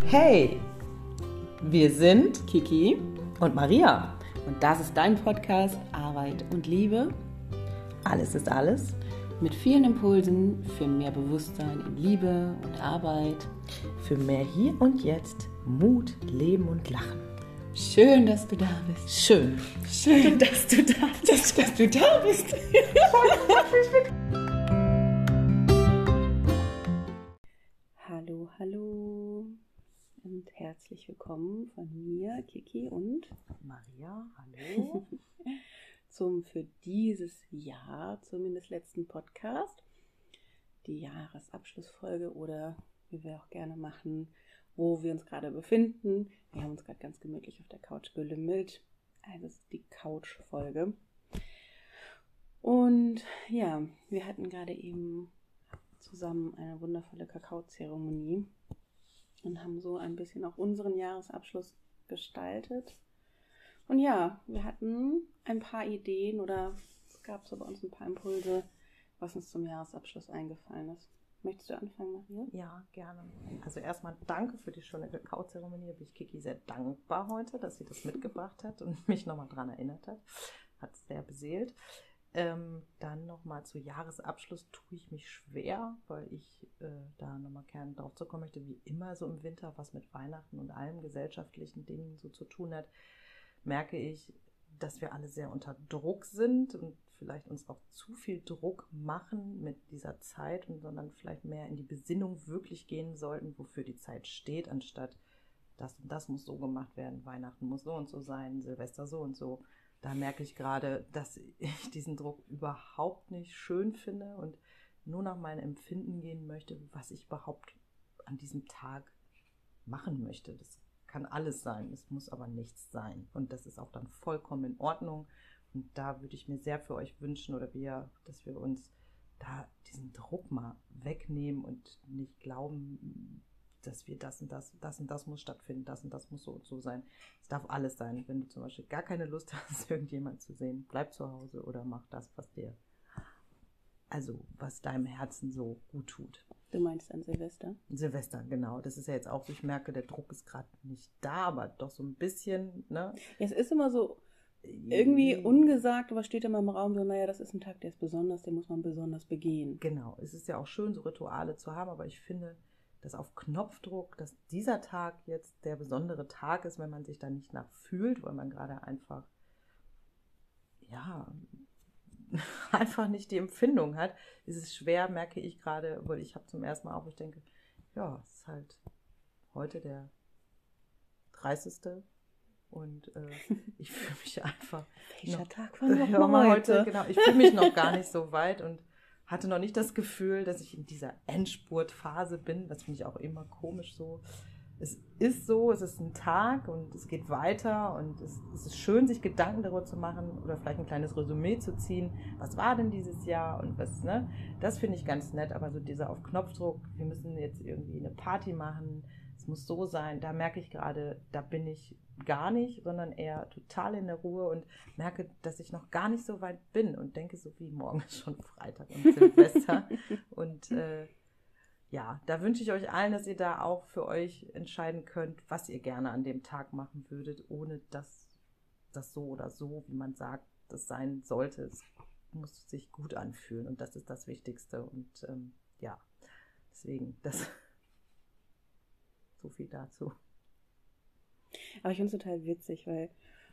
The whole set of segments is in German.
Hey, wir sind Kiki und Maria. und das ist dein Podcast Arbeit und Liebe Alles ist alles. mit vielen Impulsen für mehr Bewusstsein in Liebe und Arbeit. Für mehr Hier und Jetzt, Mut, Leben und Lachen. Schön, dass du da bist. Schön. Schön, dass du da bist. Dass du da bist. Hallo und herzlich willkommen von mir, Kiki und Maria, hallo. zum für dieses Jahr zumindest letzten Podcast, die Jahresabschlussfolge oder wie wir auch gerne machen, wo wir uns gerade befinden. Wir haben uns gerade ganz gemütlich auf der Couch gelümmelt, also ist die Couch-Folge. Und ja, wir hatten gerade eben zusammen eine wundervolle Kakaozeremonie und haben so ein bisschen auch unseren Jahresabschluss gestaltet. Und ja, wir hatten ein paar Ideen oder es gab so bei uns ein paar Impulse, was uns zum Jahresabschluss eingefallen ist. Möchtest du anfangen, Maria? Ja, gerne. Also erstmal danke für die schöne Kakaozeremonie. Da bin ich Kiki sehr dankbar heute, dass sie das mitgebracht hat und mich nochmal daran erinnert hat. Hat es sehr beseelt. Dann nochmal zu Jahresabschluss tue ich mich schwer, weil ich da nochmal gerne drauf zu kommen möchte, wie immer so im Winter, was mit Weihnachten und allen gesellschaftlichen Dingen so zu tun hat, merke ich, dass wir alle sehr unter Druck sind und vielleicht uns auch zu viel Druck machen mit dieser Zeit und sondern vielleicht mehr in die Besinnung wirklich gehen sollten, wofür die Zeit steht, anstatt das und das muss so gemacht werden, Weihnachten muss so und so sein, Silvester so und so. Da merke ich gerade, dass ich diesen Druck überhaupt nicht schön finde und nur nach meinem Empfinden gehen möchte, was ich überhaupt an diesem Tag machen möchte. Das kann alles sein, es muss aber nichts sein. Und das ist auch dann vollkommen in Ordnung. Und da würde ich mir sehr für euch wünschen dass wir uns da diesen Druck mal wegnehmen und nicht glauben, dass wir das und das muss stattfinden, das und das muss so und so sein. Es darf alles sein. Wenn du zum Beispiel gar keine Lust hast, irgendjemand zu sehen, bleib zu Hause oder mach das, was deinem Herzen so gut tut. Du meinst an Silvester? Silvester, genau. Das ist ja jetzt auch so, ich merke, der Druck ist gerade nicht da, aber doch so ein bisschen, ne? Ja, es ist immer so irgendwie ungesagt, aber steht immer im Raum so, naja, das ist ein Tag, der ist besonders, den muss man besonders begehen. Genau, es ist ja auch schön, so Rituale zu haben, aber ich finde, dass auf Knopfdruck, dass dieser Tag jetzt der besondere Tag ist, wenn man sich da nicht nach fühlt, weil man gerade einfach, ja, einfach nicht die Empfindung hat, ist es schwer, merke ich gerade, weil ich habe zum ersten Mal auch, ich denke, ja, es ist halt heute der 30. Und ich fühle mich einfach. Welcher Tag war noch heute? Genau, ich fühle mich noch gar nicht so weit und hatte noch nicht das Gefühl, dass ich in dieser Endspurtphase bin. Das finde ich auch immer komisch so. Es ist so, es ist ein Tag und es geht weiter und es ist schön, sich Gedanken darüber zu machen oder vielleicht ein kleines Resümee zu ziehen. Was war denn dieses Jahr und was, ne? Das finde ich ganz nett, aber so dieser auf Knopfdruck, wir müssen jetzt irgendwie eine Party machen, es muss so sein, da merke ich gerade, da bin ich gar nicht, sondern eher total in der Ruhe und merke, dass ich noch gar nicht so weit bin und denke so wie morgen ist schon Freitag und Silvester und ja, da wünsche ich euch allen, dass ihr da auch für euch entscheiden könnt, was ihr gerne an dem Tag machen würdet, ohne dass das so oder so, wie man sagt, das sein sollte. Es muss sich gut anfühlen und das ist das Wichtigste. Und ja, deswegen, so viel dazu. Aber ich finde es total witzig, weil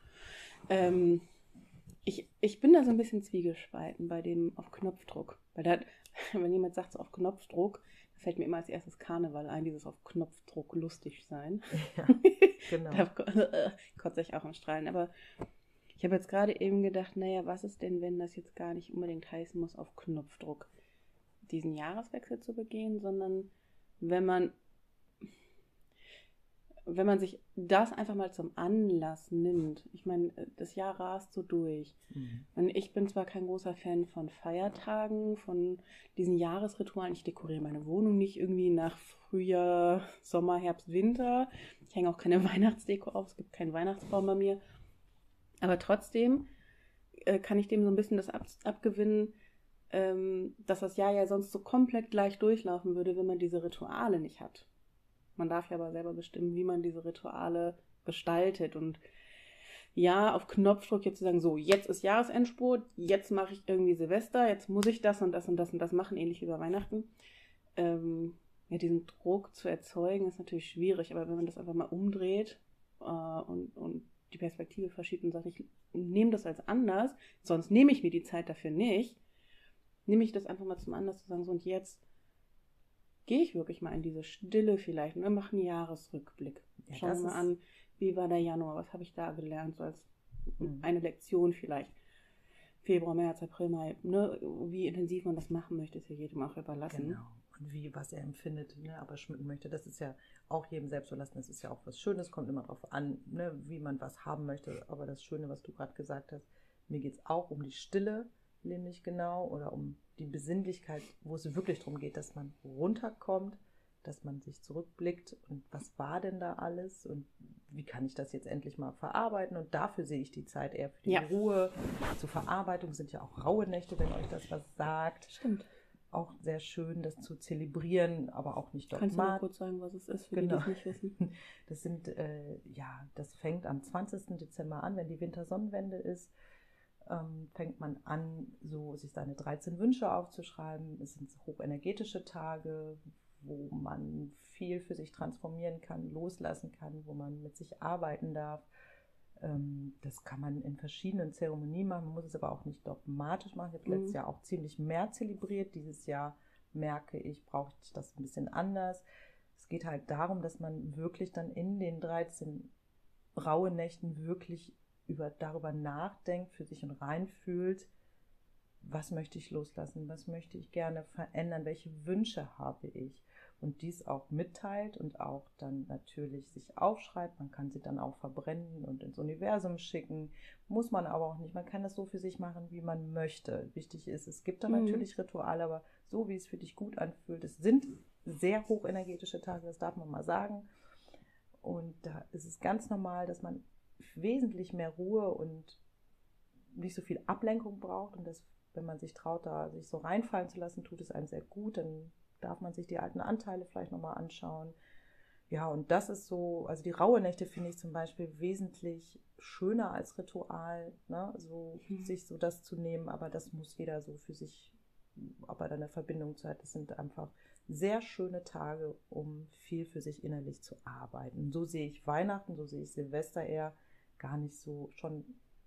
ich bin da so ein bisschen zwiegespalten bei dem auf Knopfdruck. Weil da, wenn jemand sagt so auf Knopfdruck, fällt mir immer als erstes Karneval ein, dieses auf Knopfdruck lustig sein. Ja, genau. Da kotze ich auch im Strahlen. Aber ich habe jetzt gerade eben gedacht, naja, was ist denn, wenn das jetzt gar nicht unbedingt heißen muss, auf Knopfdruck diesen Jahreswechsel zu begehen, sondern wenn man sich das einfach mal zum Anlass nimmt. Ich meine, das Jahr rast so durch. Mhm. Und ich bin zwar kein großer Fan von Feiertagen, von diesen Jahresritualen. Ich dekoriere meine Wohnung nicht irgendwie nach Frühjahr, Sommer, Herbst, Winter. Ich hänge auch keine Weihnachtsdeko auf. Es gibt keinen Weihnachtsbaum bei mir. Aber trotzdem kann ich dem so ein bisschen das abgewinnen, dass das Jahr ja sonst so komplett gleich durchlaufen würde, wenn man diese Rituale nicht hat. Man darf ja aber selber bestimmen, wie man diese Rituale gestaltet. Und ja, auf Knopfdruck jetzt zu sagen, so, jetzt ist Jahresendspurt, jetzt mache ich irgendwie Silvester, jetzt muss ich das und das und das und das machen, ähnlich wie bei Weihnachten. Ja, diesen Druck zu erzeugen, ist natürlich schwierig, aber wenn man das einfach mal umdreht und die Perspektive verschiebt und sagt, ich nehme das als anders, sonst nehme ich mir die Zeit dafür nicht, nehme ich das einfach mal zum Anlass zu sagen, so und jetzt gehe ich wirklich mal in diese Stille vielleicht und dann mache einen Jahresrückblick. Ja, Schauen wir mal an, wie war der Januar, was habe ich da gelernt, so als eine Lektion vielleicht. Februar, März, April, Mai, ne? Wie intensiv man das machen möchte, ist ja jedem auch überlassen. Genau. Und was er empfindet, ne, aber schmücken möchte, das ist ja auch jedem selbst überlassen. Das ist ja auch was Schönes, kommt immer darauf an, ne, wie man was haben möchte. Aber das Schöne, was du gerade gesagt hast, mir geht es auch um die Stille, nämlich genau, oder um die Besinnlichkeit, wo es wirklich darum geht, dass man runterkommt, dass man sich zurückblickt und was war denn da alles und wie kann ich das jetzt endlich mal verarbeiten, und dafür sehe ich die Zeit eher für die Ruhe. Zur Verarbeitung sind ja auch raue Nächte, wenn euch das was sagt. Stimmt. Auch sehr schön, das zu zelebrieren, aber auch nicht dogmatisch. Kannst du mal kurz sagen, was es ist, für die, die es nicht wissen? Das fängt am 20. Dezember an, wenn die Wintersonnenwende ist. Fängt man an, so sich seine 13 Wünsche aufzuschreiben. Es sind hochenergetische Tage, wo man viel für sich transformieren kann, loslassen kann, wo man mit sich arbeiten darf. Das kann man in verschiedenen Zeremonien machen, man muss es aber auch nicht dogmatisch machen. Ich habe letztes Jahr auch ziemlich mehr zelebriert. Dieses Jahr merke ich, brauche ich das ein bisschen anders. Es geht halt darum, dass man wirklich dann in den 13 rauen Nächten wirklich darüber nachdenkt, für sich und reinfühlt, was möchte ich loslassen, was möchte ich gerne verändern, welche Wünsche habe ich, und dies auch mitteilt und auch dann natürlich sich aufschreibt. Man kann sie dann auch verbrennen und ins Universum schicken, muss man aber auch nicht. Man kann das so für sich machen, wie man möchte. Wichtig ist, es gibt da natürlich Rituale, aber so, wie es für dich gut anfühlt. Es sind sehr hochenergetische Tage, das darf man mal sagen. Und da ist es ganz normal, dass man wesentlich mehr Ruhe und nicht so viel Ablenkung braucht, und das, wenn man sich traut, da sich so reinfallen zu lassen, tut es einem sehr gut. Dann darf man sich die alten Anteile vielleicht nochmal anschauen. Ja, und das ist so, also die raue Nächte finde ich zum Beispiel wesentlich schöner als Ritual, ne? Sich so das zu nehmen, aber das muss jeder so für sich, aber dann eine Verbindung zu haben. Das sind einfach sehr schöne Tage, um viel für sich innerlich zu arbeiten. So sehe ich Weihnachten, so sehe ich Silvester eher gar nicht so schon.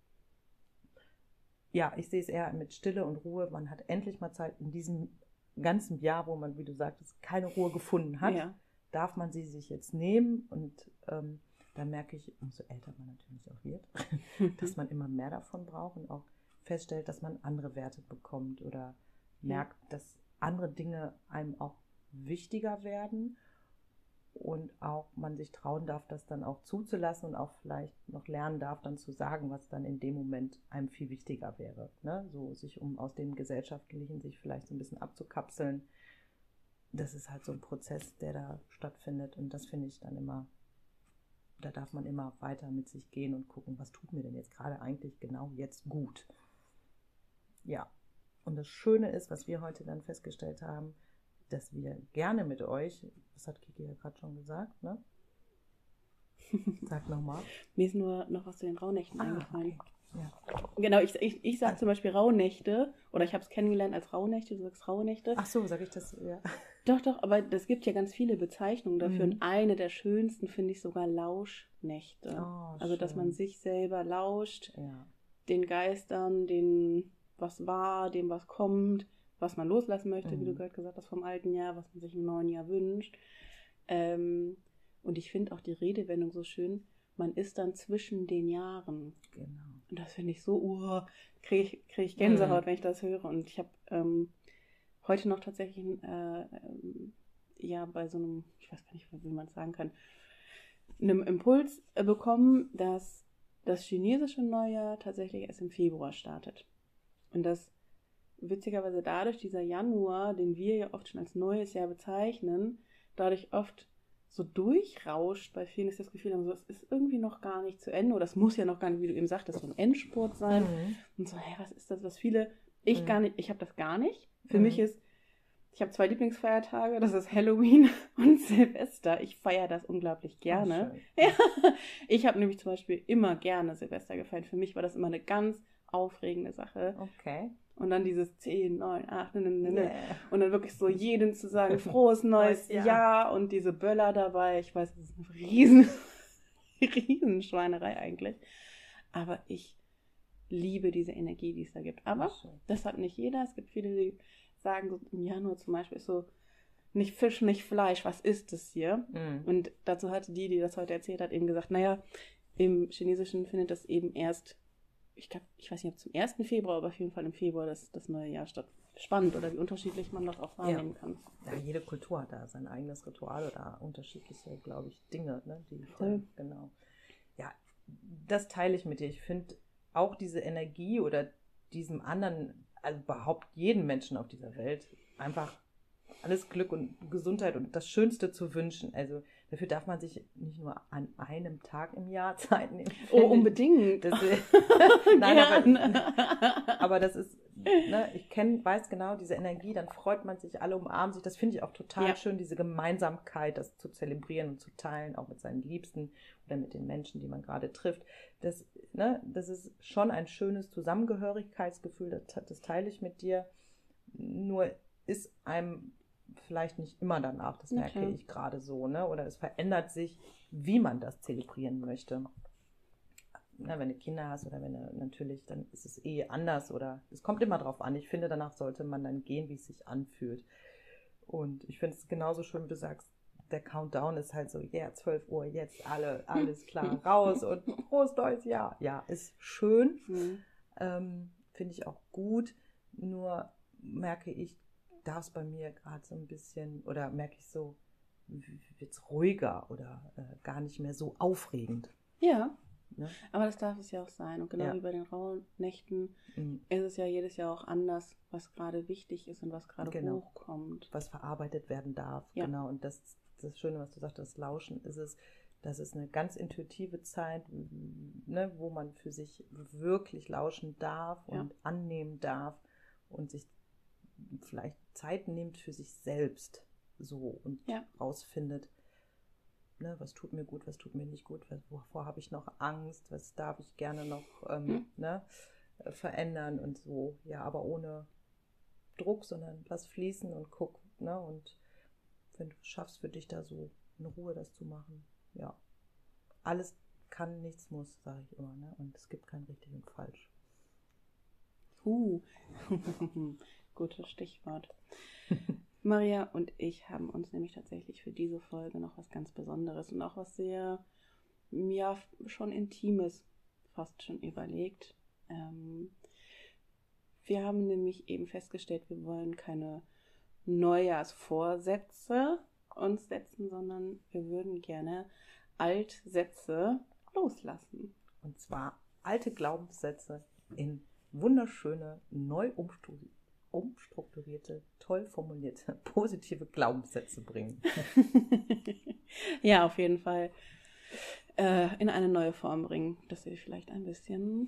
Ja, ich sehe es eher mit Stille und Ruhe. Man hat endlich mal Zeit in diesem ganzen Jahr, wo man, wie du sagtest, keine Ruhe gefunden hat, darf man sie sich jetzt nehmen. Und dann merke ich, umso älter man natürlich auch wird, dass man immer mehr davon braucht und auch feststellt, dass man andere Werte bekommt oder merkt, dass andere Dinge einem auch wichtiger werden und auch man sich trauen darf, das dann auch zuzulassen und auch vielleicht noch lernen darf, dann zu sagen, was dann in dem Moment einem viel wichtiger wäre. Ne? So sich aus dem Gesellschaftlichen sich vielleicht so ein bisschen abzukapseln. Das ist halt so ein Prozess, der da stattfindet, und das finde ich dann immer, da darf man immer weiter mit sich gehen und gucken, was tut mir denn jetzt gerade eigentlich genau jetzt gut. Ja, und das Schöne ist, was wir heute dann festgestellt haben, dass wir gerne mit euch, das hat Kiki ja gerade schon gesagt, ne? Sag nochmal. Mir ist nur noch was zu den Rauhnächten eingefallen. Okay. Ja. Genau, ich sage zum Beispiel Rauhnächte, oder ich habe es kennengelernt als Rauhnächte, du sagst Rauhnächte. Ach so, sage ich das, ja. Doch, aber es gibt ja ganz viele Bezeichnungen dafür, und eine der schönsten finde ich sogar Lauschnächte. Oh, also, dass man sich selber lauscht, ja. Den Geistern, den was war, dem was kommt, was man loslassen möchte, wie du gerade gesagt hast, vom alten Jahr, was man sich im neuen Jahr wünscht. Und ich finde auch die Redewendung so schön, man ist dann zwischen den Jahren. Genau. Und das finde ich so, kriege ich Gänsehaut, wenn ich das höre. Und ich habe heute noch tatsächlich bei so einem, ich weiß gar nicht, wie man es sagen kann, einem Impuls bekommen, dass das chinesische Neujahr tatsächlich erst im Februar startet. Und das witzigerweise dadurch, dieser Januar, den wir ja oft schon als neues Jahr bezeichnen, dadurch oft so durchrauscht. Bei vielen ist das Gefühl, also es ist irgendwie noch gar nicht zu Ende, oder es muss ja noch gar nicht, wie du eben sagtest, so ein Endspurt sein. Und so, was ist das, was viele, ich habe das gar nicht. Für mich ist Ich habe 2 Lieblingsfeiertage, das ist Halloween und Silvester. Ich feiere das unglaublich gerne. schön. Ja. Ich habe nämlich zum Beispiel immer gerne Silvester gefeiert. Für mich war das immer eine ganz aufregende Sache. Okay. Und dann dieses 10, 9, 8, Yeah. und dann wirklich so jedem zu sagen, frohes neues Neues Jahr. Jahr und diese Böller dabei. Ich weiß, das ist eine Riesenschweinerei eigentlich. Aber ich liebe diese Energie, die es da gibt. Aber Schön. das hat nicht jeder. Es gibt viele, die sagen, so im Januar zum Beispiel ist so, nicht Fisch, nicht Fleisch, was ist das hier? Und dazu hatte die das heute erzählt hat, eben gesagt, naja, im Chinesischen findet das eben erst, ich weiß nicht, ob zum 1. Februar, aber auf jeden Fall im Februar das neue Jahr statt. Spannend, oder wie unterschiedlich man das auch wahrnehmen kann. Ja, jede Kultur hat da sein eigenes Ritual oder unterschiedliche, glaube ich, Dinge, ne? Voll. Genau. Ja, das teile ich mit dir. Ich finde auch diese Energie oder diesem anderen, also überhaupt jeden Menschen auf dieser Welt, einfach alles Glück und Gesundheit und das Schönste zu wünschen. Also dafür darf man sich nicht nur an einem Tag im Jahr Zeit nehmen. Oh, unbedingt. Nein, aber das ist, ne, weiß genau diese Energie, dann freut man sich, alle umarmen sich. Das finde ich auch total schön, diese Gemeinsamkeit, das zu zelebrieren und zu teilen, auch mit seinen Liebsten oder mit den Menschen, die man gerade trifft. Das ist schon ein schönes Zusammengehörigkeitsgefühl, das teile ich mit dir. Nur ist einem vielleicht nicht immer danach, das merke ich gerade so, ne? Oder es verändert sich, wie man das zelebrieren möchte. Na, wenn du Kinder hast oder wenn du natürlich, dann ist es anders oder es kommt immer drauf an. Ich finde, danach sollte man dann gehen, wie es sich anfühlt. Und ich finde es genauso schön, wie du sagst, der Countdown ist halt so, 12 Uhr, jetzt alles klar, raus und frohes neues Jahr. Ja, ist schön, finde ich auch gut, nur merke ich, darf es bei mir gerade so ein bisschen, oder merke ich so, wird es ruhiger oder gar nicht mehr so aufregend. Ja, ne? Aber das darf es ja auch sein. Und genau wie bei den Rauhnächten ist es ja jedes Jahr auch anders, was gerade wichtig ist und was gerade hochkommt. Was verarbeitet werden darf, genau. Und das Schöne, was du sagst, das Lauschen ist es, das ist eine ganz intuitive Zeit, ne, wo man für sich wirklich lauschen darf und annehmen darf und sich vielleicht Zeit nimmt für sich selbst so und rausfindet, ne, was tut mir gut, was tut mir nicht gut, wovor habe ich noch Angst, was darf ich gerne noch verändern und so. Ja, aber ohne Druck, sondern lass fließen und guck, ne, und wenn du es schaffst für dich da so in Ruhe das zu machen, ja. Alles kann, nichts muss, sage ich immer, ne, und es gibt kein richtig und falsch. Gutes Stichwort. Maria und ich haben uns nämlich tatsächlich für diese Folge noch was ganz Besonderes und auch was sehr, schon Intimes fast schon überlegt. Wir haben nämlich eben festgestellt, wir wollen keine Neujahrsvorsätze uns setzen, sondern wir würden gerne Altsätze loslassen. Und zwar alte Glaubenssätze in wunderschöne, neu umstrukturierte, toll formulierte, positive Glaubenssätze bringen. Ja, auf jeden Fall in eine neue Form bringen, dass sie vielleicht ein bisschen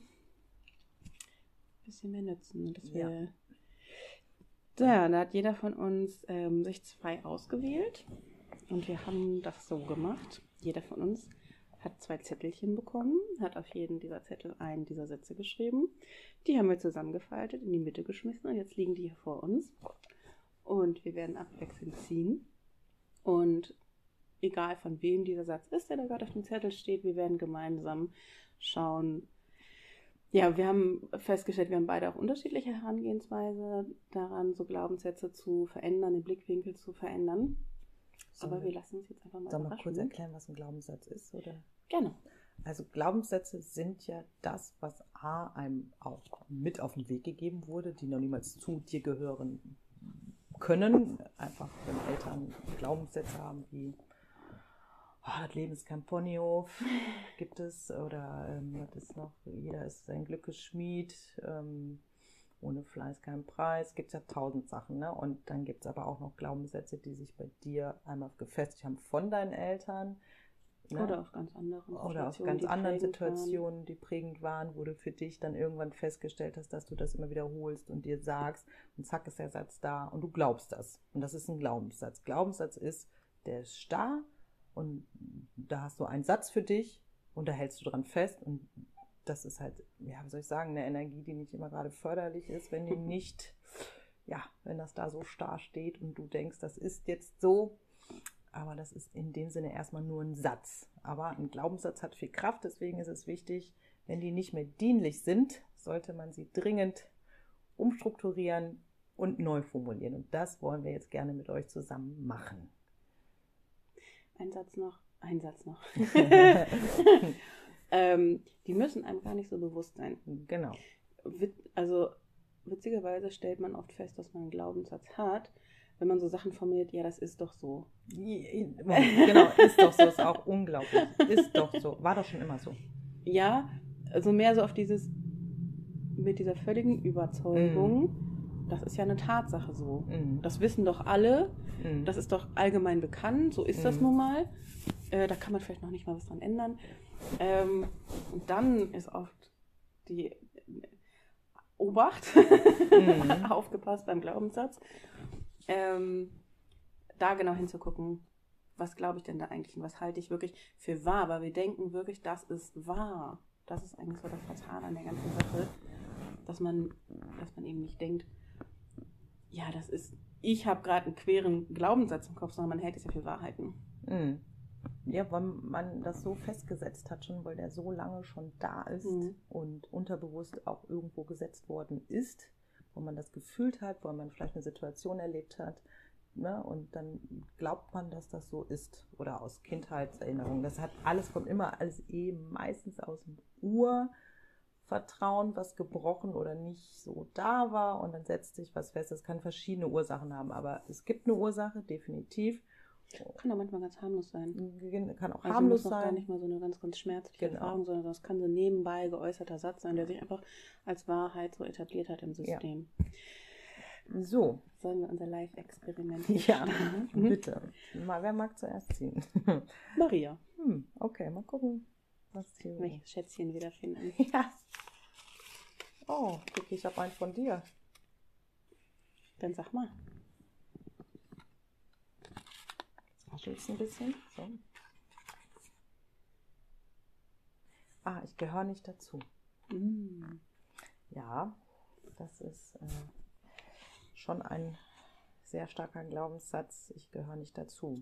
mehr nützen. Dass wir, da hat jeder von uns sich 2 ausgewählt und wir haben das so gemacht. Jeder von uns hat 2 Zettelchen bekommen, hat auf jeden dieser Zettel einen dieser Sätze geschrieben. Die haben wir zusammengefaltet, in die Mitte geschmissen und jetzt liegen die hier vor uns. Und wir werden abwechselnd ziehen. Und egal von wem dieser Satz ist, der da gerade auf dem Zettel steht, wir werden gemeinsam schauen. Ja, wir haben festgestellt, wir haben beide auch unterschiedliche Herangehensweise daran, so Glaubenssätze zu verändern, den Blickwinkel zu verändern. Aber wir lassen uns jetzt einfach mal überraschen. Soll mal kurz erklären, was ein Glaubenssatz ist, oder? Gerne. Also Glaubenssätze sind ja das, was einem auch mit auf den Weg gegeben wurde, die noch niemals zu dir gehören können. Einfach, wenn Eltern Glaubenssätze haben wie das Leben ist kein Ponyhof, gibt es, oder was ist noch, jeder ist sein Glückes Schmied, ohne Fleiß kein Preis, gibt es ja 1000 Sachen, ne? Und dann gibt es aber auch noch Glaubenssätze, die sich bei dir einmal gefestigt haben von deinen Eltern, Ne? Oder aus ganz anderen Situationen. Oder aus ganz anderen prägend Situationen, die prägend waren, wo du für dich dann irgendwann festgestellt hast, dass du das immer wiederholst und dir sagst, und zack ist der Satz da und du glaubst das. Und das ist ein Glaubenssatz. Glaubenssatz ist, der ist starr und da hast du einen Satz für dich und da hältst du dran fest und das ist halt, ja, wie soll ich sagen, eine Energie, die nicht immer gerade förderlich ist, wenn die nicht, ja, wenn das da so starr steht und du denkst, das ist jetzt so. Aber das ist in dem Sinne erstmal nur ein Satz. Aber ein Glaubenssatz hat viel Kraft, deswegen ist es wichtig, wenn die nicht mehr dienlich sind, sollte man sie dringend umstrukturieren und neu formulieren. Und das wollen wir jetzt gerne mit euch zusammen machen. Ein Satz noch. Die müssen einem gar nicht so bewusst sein. Genau. Also witzigerweise stellt man oft fest, dass man einen Glaubenssatz hat, wenn man so Sachen formuliert, ja, das ist doch so. Genau, ist doch so, ist auch unglaublich. Ist doch so, war doch schon immer so. Ja, also mehr so auf dieses, mit dieser völligen Überzeugung, das ist ja eine Tatsache so. Das wissen doch alle, das ist doch allgemein bekannt, so ist das nun mal. Da kann man vielleicht noch nicht mal was dran ändern. Und dann ist oft die Obacht, aufgepasst beim Glaubenssatz, da genau hinzugucken, was glaube ich denn da eigentlich und was halte ich wirklich für wahr, weil wir denken wirklich, das ist wahr. Das ist eigentlich so das Fatale an der ganzen Sache, dass man eben nicht denkt, ja, das ist, ich habe gerade einen queren Glaubenssatz im Kopf, sondern man hält es ja für Wahrheiten. Ja, weil man das so festgesetzt hat schon, weil der so lange schon da ist und unterbewusst auch irgendwo gesetzt worden ist, wo man das gefühlt hat, wo man vielleicht eine Situation erlebt hat, ne? Und dann glaubt man, dass das so ist oder aus Kindheitserinnerungen. Das hat alles, kommt immer alles meistens aus dem Urvertrauen, was gebrochen oder nicht so da war und dann setzt sich was fest. Das kann verschiedene Ursachen haben, aber es gibt eine Ursache, definitiv. Kann auch manchmal ganz harmlos sein. Kann auch also harmlos muss auch sein. Gar nicht mal so eine ganz, ganz schmerzliche Erfahrung, sondern das kann so ein nebenbei geäußerter Satz sein, der sich einfach als Wahrheit so etabliert hat im System. Ja. So. Sollen wir unser Live-Experiment starten? Bitte. Wer mag zuerst ziehen? Maria. Okay, mal gucken, was hier... Welches Schätzchen wir da finden. Ja. Oh, Kiki, ich habe einen von dir. Dann sag mal. Raschelst ein bisschen. So. Ich gehöre nicht dazu. Ja, das ist schon ein sehr starker Glaubenssatz. Ich gehöre nicht dazu.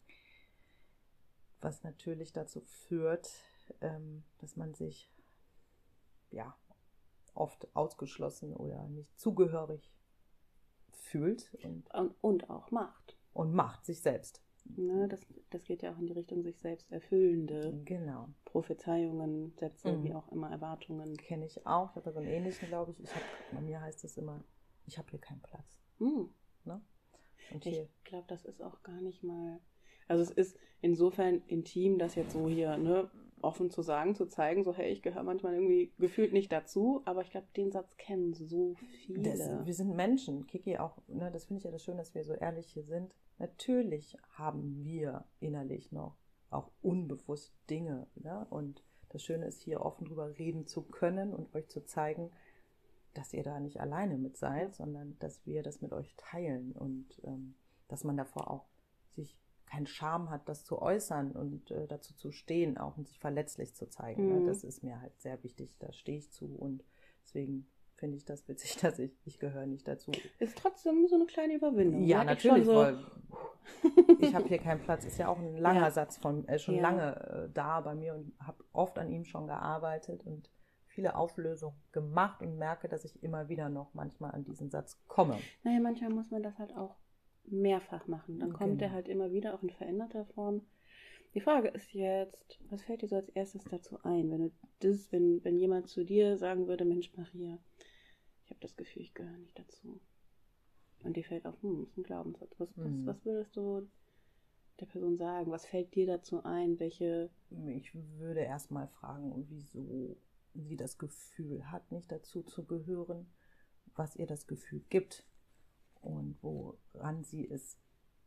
Was natürlich dazu führt, dass man sich ja oft ausgeschlossen oder nicht zugehörig fühlt. Und auch macht. Und macht sich selbst. Ne, das geht ja auch in die Richtung sich selbst erfüllende Prophezeiungen, Sätze, wie auch immer, Erwartungen. Kenne ich auch. Ich habe so einen ähnlichen, glaube ich. Bei mir heißt es immer, ich habe hier keinen Platz. Ne? Und ich glaube, das ist auch gar nicht mal... Also es ist insofern intim, das jetzt so hier offen zu sagen, zu zeigen, so hey, ich gehöre manchmal irgendwie gefühlt nicht dazu, aber ich glaube, den Satz kennen so viele. Wir sind Menschen, Kiki auch, ne, das finde ich ja das schön, dass wir so ehrlich hier sind. Natürlich haben wir innerlich noch auch unbewusst Dinge, ne? Und das Schöne ist, hier offen drüber reden zu können und euch zu zeigen, dass ihr da nicht alleine mit seid, sondern dass wir das mit euch teilen und dass man davor auch sich keinen Scham hat, das zu äußern und dazu zu stehen, auch und sich verletzlich zu zeigen. Ne? Das ist mir halt sehr wichtig, da stehe ich zu und deswegen finde ich das witzig, dass ich gehöre nicht dazu. Ist trotzdem so eine kleine Überwindung. Ja, ne? natürlich, weil ich habe hier keinen Platz, ist ja auch ein langer Satz von schon lange da bei mir und habe oft an ihm schon gearbeitet und viele Auflösungen gemacht und merke, dass ich immer wieder noch manchmal an diesen Satz komme. Naja, manchmal muss man das halt auch mehrfach machen. Dann kommt der halt immer wieder, auch in veränderter Form. Die Frage ist jetzt, was fällt dir so als erstes dazu ein, wenn jemand zu dir sagen würde, Mensch Maria, ich habe das Gefühl, ich gehöre nicht dazu. Und dir fällt auf, das ist ein Glaubenssatz. Was würdest du der Person sagen? Was fällt dir dazu ein? Ich würde erstmal fragen, wieso sie das Gefühl hat, nicht dazu zu gehören, was ihr das Gefühl gibt und woran sie es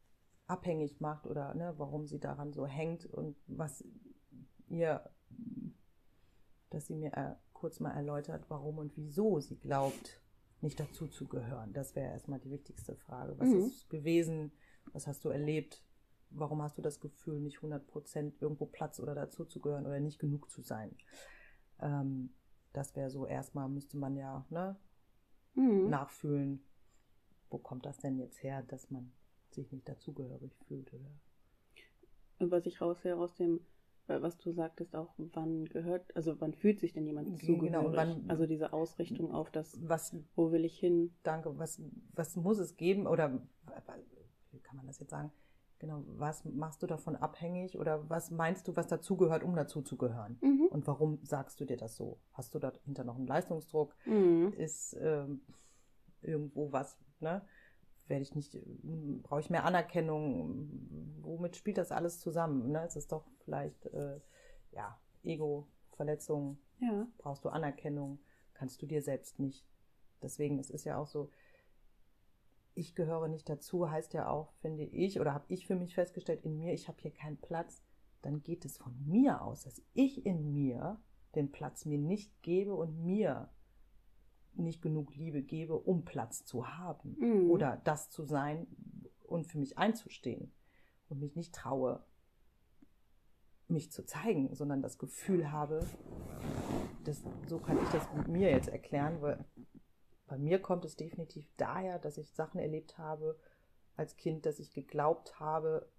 abhängig macht oder ne, warum sie daran so hängt und was ihr, dass sie mir kurz mal erläutert, warum und wieso sie glaubt, nicht dazu zu gehören. Das wäre erstmal die wichtigste Frage. Was ist gewesen? Was hast du erlebt? Warum hast du das Gefühl, nicht 100% irgendwo Platz oder dazu zu gehören oder nicht genug zu sein? Das wäre so, erstmal müsste man ja nachfühlen, wo kommt das denn jetzt her, dass man sich nicht dazugehörig fühlt? Oder? Was ich raushöre aus dem, was du sagtest, auch wann fühlt sich denn jemand zugehörig? Genau, also diese Ausrichtung auf das, was, wo will ich hin? Danke, was muss es geben oder wie kann man das jetzt sagen? Genau, was machst du davon abhängig oder was meinst du, was dazugehört, um dazu zu gehören? Und warum sagst du dir das so? Hast du dahinter noch einen Leistungsdruck? Ist irgendwo was, ne? Brauche ich mehr Anerkennung? Womit spielt das alles zusammen? Ne? Es ist doch vielleicht Ego, Verletzung, brauchst du Anerkennung, kannst du dir selbst nicht. Deswegen, es ist ja auch so, ich gehöre nicht dazu, heißt ja auch, finde ich, oder habe ich für mich festgestellt, in mir, ich habe hier keinen Platz, dann geht es von mir aus, dass ich in mir den Platz mir nicht gebe und mir nicht genug Liebe gebe, um Platz zu haben oder das zu sein und für mich einzustehen und mich nicht traue, mich zu zeigen, sondern das Gefühl habe, so kann ich das mit mir jetzt erklären, weil bei mir kommt es definitiv daher, dass ich Sachen erlebt habe als Kind, dass ich geglaubt habe,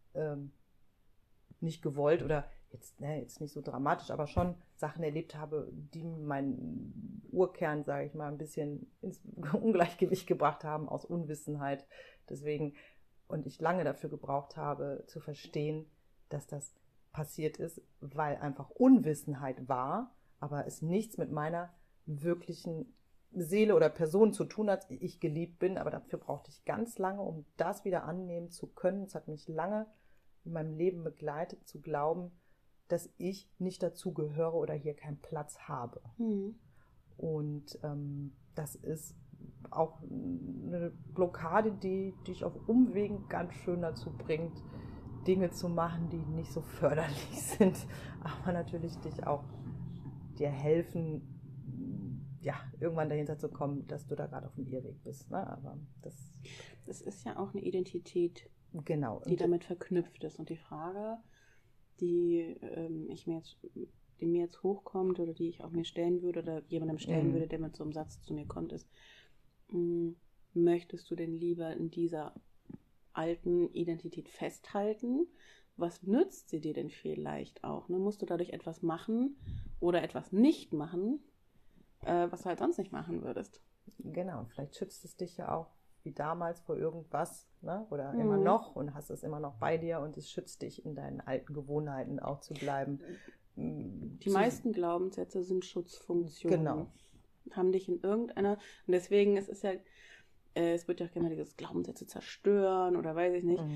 nicht gewollt oder jetzt nicht so dramatisch, aber schon Sachen erlebt habe, die meinen Urkern, sage ich mal, ein bisschen ins Ungleichgewicht gebracht haben aus Unwissenheit. Deswegen, und ich lange dafür gebraucht habe, zu verstehen, dass das passiert ist, weil einfach Unwissenheit war, aber es nichts mit meiner wirklichen Seele oder Person zu tun hat, ich geliebt bin, aber dafür brauchte ich ganz lange, um das wieder annehmen zu können. Es hat mich lange in meinem Leben begleitet, zu glauben, dass ich nicht dazu gehöre oder hier keinen Platz habe. Und das ist auch eine Blockade, die dich auf Umwegen ganz schön dazu bringt, Dinge zu machen, die nicht so förderlich sind, aber natürlich dir helfen, irgendwann dahinter zu kommen, dass du da gerade auf dem Irrweg bist. Ne? Aber das ist ja auch eine Identität, genau, die damit verknüpft ist. Und die Frage, die mir jetzt hochkommt oder die ich auch mir stellen würde oder jemandem stellen würde, der mit so einem Satz zu mir kommt, ist, möchtest du denn lieber in dieser alten Identität festhalten? Was nützt sie dir denn vielleicht auch? Ne? Musst du dadurch etwas machen oder etwas nicht machen, was du halt sonst nicht machen würdest? Genau, vielleicht schützt es dich ja auch wie damals vor irgendwas, ne? Oder immer noch und hast es immer noch bei dir und es schützt dich, in deinen alten Gewohnheiten auch zu bleiben. Die meisten Glaubenssätze sind Schutzfunktionen. Genau. Haben dich in irgendeiner, und deswegen es wird ja auch gerne mal dieses Glaubenssätze zerstören oder weiß ich nicht.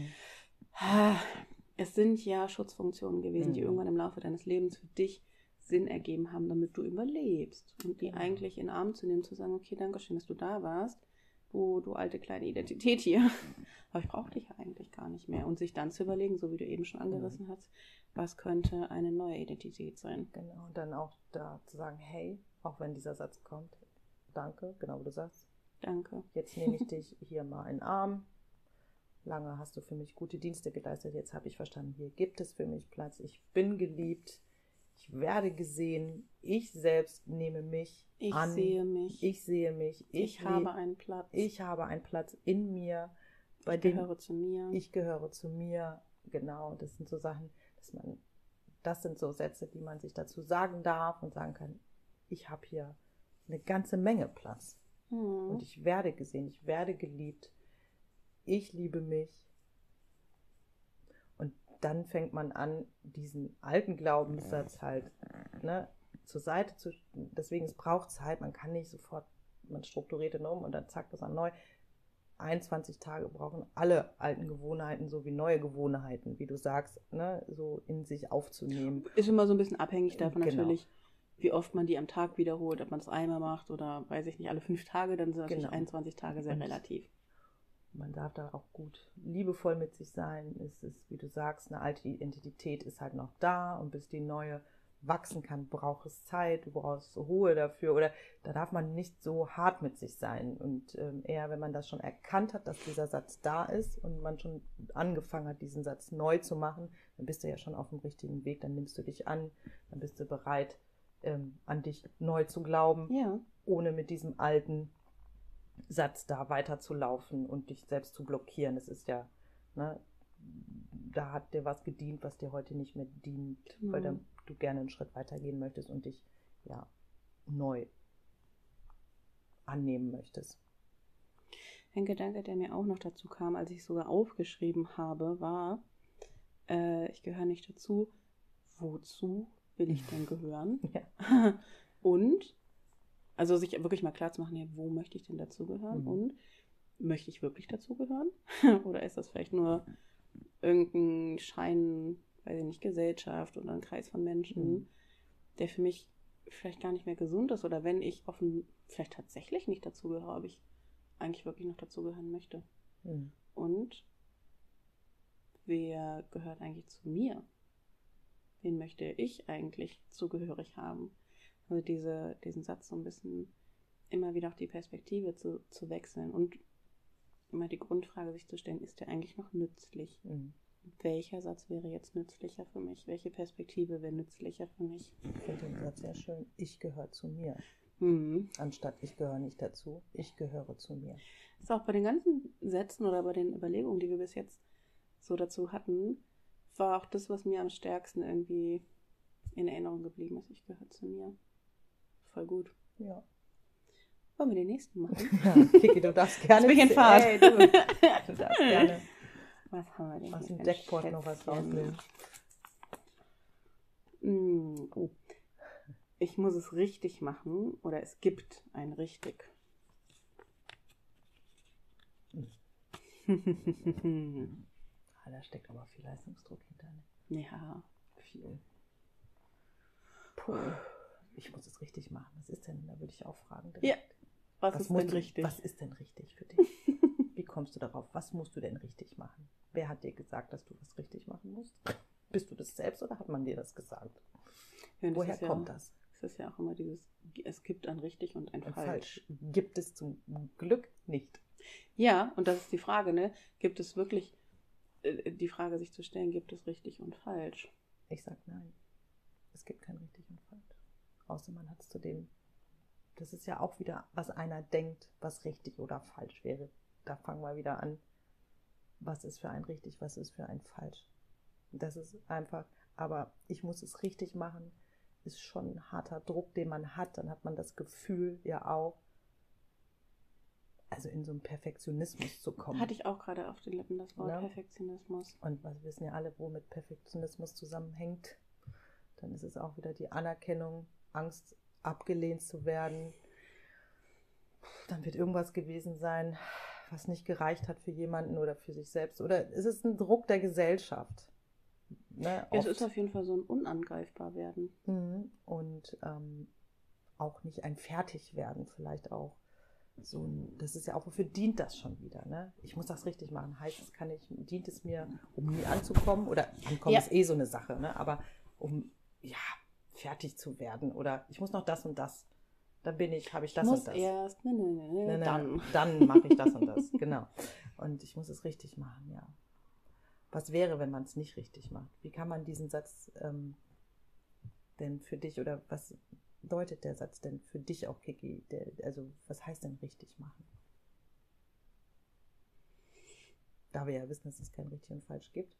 Es sind ja Schutzfunktionen gewesen, die irgendwann im Laufe deines Lebens für dich Sinn ergeben haben, damit du überlebst. Und die eigentlich in den Arm zu nehmen, zu sagen, okay, danke schön, dass du da warst, du alte kleine Identität hier. Aber ich brauche dich ja eigentlich gar nicht mehr. Und sich dann zu überlegen, so wie du eben schon angerissen hast, was könnte eine neue Identität sein. Genau, und dann auch da zu sagen, hey, auch wenn dieser Satz kommt, danke, genau wie du sagst. Danke. Jetzt nehme ich dich hier mal in den Arm. Lange hast du für mich gute Dienste geleistet. Jetzt habe ich verstanden, hier gibt es für mich Platz. Ich bin geliebt. Ich werde gesehen. Ich selbst nehme mich an. Ich sehe mich. Ich habe einen Platz. Ich habe einen Platz in mir. Ich gehöre zu mir. Ich gehöre zu mir. Genau, das sind so Sachen, das sind so Sätze, die man sich dazu sagen darf und sagen kann, ich habe hier eine ganze Menge Platz. Und ich werde gesehen, ich werde geliebt. Ich liebe mich. Und dann fängt man an, diesen alten Glaubenssatz halt zur Seite zu. Deswegen, es braucht Zeit. Man kann nicht sofort, man strukturiert ihn um und dann zack, das an neu. 21 Tage brauchen alle alten Gewohnheiten sowie neue Gewohnheiten, wie du sagst, so in sich aufzunehmen. Ist immer so ein bisschen abhängig davon natürlich, wie oft man die am Tag wiederholt, ob man es einmal macht oder, weiß ich nicht, alle 5 Tage, dann sind natürlich 21 Tage sehr relativ. Man darf da auch gut liebevoll mit sich sein. Es ist, wie du sagst, eine alte Identität ist halt noch da und bis die neue wachsen kann, braucht es Zeit, du brauchst Ruhe dafür oder da darf man nicht so hart mit sich sein und eher, wenn man das schon erkannt hat, dass dieser Satz da ist und man schon angefangen hat, diesen Satz neu zu machen, dann bist du ja schon auf dem richtigen Weg, dann nimmst du dich an, dann bist du bereit, an dich neu zu glauben, ohne mit diesem alten Satz da weiterzulaufen und dich selbst zu blockieren. Das ist ja, ne, da hat dir was gedient, was dir heute nicht mehr dient, weil du gerne einen Schritt weitergehen möchtest und dich ja neu annehmen möchtest. Ein Gedanke, der mir auch noch dazu kam, als ich sogar aufgeschrieben habe, war, ich gehöre nicht dazu. Wozu will ich denn gehören? Ja. Und, also sich wirklich mal klar zu machen, ja, wo möchte ich denn dazugehören? Und möchte ich wirklich dazugehören? Oder ist das vielleicht nur irgendein Schein, weiß ich nicht, Gesellschaft oder ein Kreis von Menschen, der für mich vielleicht gar nicht mehr gesund ist? Oder wenn ich vielleicht tatsächlich nicht dazugehöre, ob ich eigentlich wirklich noch dazugehören möchte. Und wer gehört eigentlich zu mir? Wen möchte ich eigentlich zugehörig haben? Also diesen Satz so ein bisschen immer wieder auch die Perspektive zu wechseln und immer die Grundfrage sich zu stellen, ist der eigentlich noch nützlich? Welcher Satz wäre jetzt nützlicher für mich? Welche Perspektive wäre nützlicher für mich? Ich finde den Satz sehr schön. Ich gehöre zu mir. Anstatt ich gehöre nicht dazu. Ich gehöre zu mir. Das ist auch bei den ganzen Sätzen oder bei den Überlegungen, die wir bis jetzt so dazu hatten, war auch das, was mir am stärksten irgendwie in Erinnerung geblieben ist. Ich gehöre zu mir. Voll gut. Ja. Wollen wir den nächsten machen? Ja, Kiki, du darfst gerne. Ich bin in Fahrt. Hey, du darfst gerne Was haben wir denn aus hier? dem Deckport noch was rausnehmen. Oh. Ich muss es richtig machen oder es gibt ein richtig. Da steckt aber viel Leistungsdruck hinter. Ne? Ja. Viel. Puh. Ich muss es richtig machen. Was ist denn? Da würde ich auch fragen. Direkt. Ja. Was ist denn richtig? Was ist denn richtig für dich? Wie kommst du darauf? Was musst du denn richtig machen? Wer hat dir gesagt, dass du was richtig machen musst? Bist du das selbst oder hat man dir das gesagt? Ja, woher kommt das? Es ist ja auch immer es gibt ein richtig und ein falsch. Gibt es zum Glück nicht. Ja, und das ist die Frage, ne? Gibt es wirklich, die Frage sich zu stellen, gibt es richtig und falsch? Ich sag nein. Es gibt kein richtig und falsch. Außer man hat es zu dem, das ist ja auch wieder, was einer denkt, was richtig oder falsch wäre. Da fangen wir wieder an. Was ist für ein richtig, was ist für ein falsch? Das ist einfach, aber ich muss es richtig machen, ist schon ein harter Druck, den man hat. Dann hat man das Gefühl ja auch, also in so einen Perfektionismus zu kommen. Hatte ich auch gerade auf den Lippen, das Wort Perfektionismus. Und wir wissen ja alle, wo mit Perfektionismus zusammenhängt. Dann ist es auch wieder die Anerkennung, Angst, abgelehnt zu werden. Dann wird irgendwas gewesen sein, was nicht gereicht hat für jemanden oder für sich selbst. Oder es ist ein Druck der Gesellschaft. Ne, es ist auf jeden Fall so ein unangreifbar werden. Und auch nicht ein Fertigwerden, vielleicht auch so ein, das ist ja auch, wofür dient das schon wieder, ne? Ich muss das richtig machen. Heißt es, dient es mir, um nie anzukommen? Oder ankommen ist so eine Sache, ne? Aber um, fertig zu werden. Oder ich muss noch das und das. Dann habe ich das und das. Erst, dann mache ich das und das, genau. Und ich muss es richtig machen, ja. Was wäre, wenn man es nicht richtig macht? Wie kann man diesen Satz denn für dich, oder was deutet der Satz denn für dich auch, Kiki? Also was heißt denn richtig machen? Da wir ja wissen, dass es kein richtig und falsch gibt.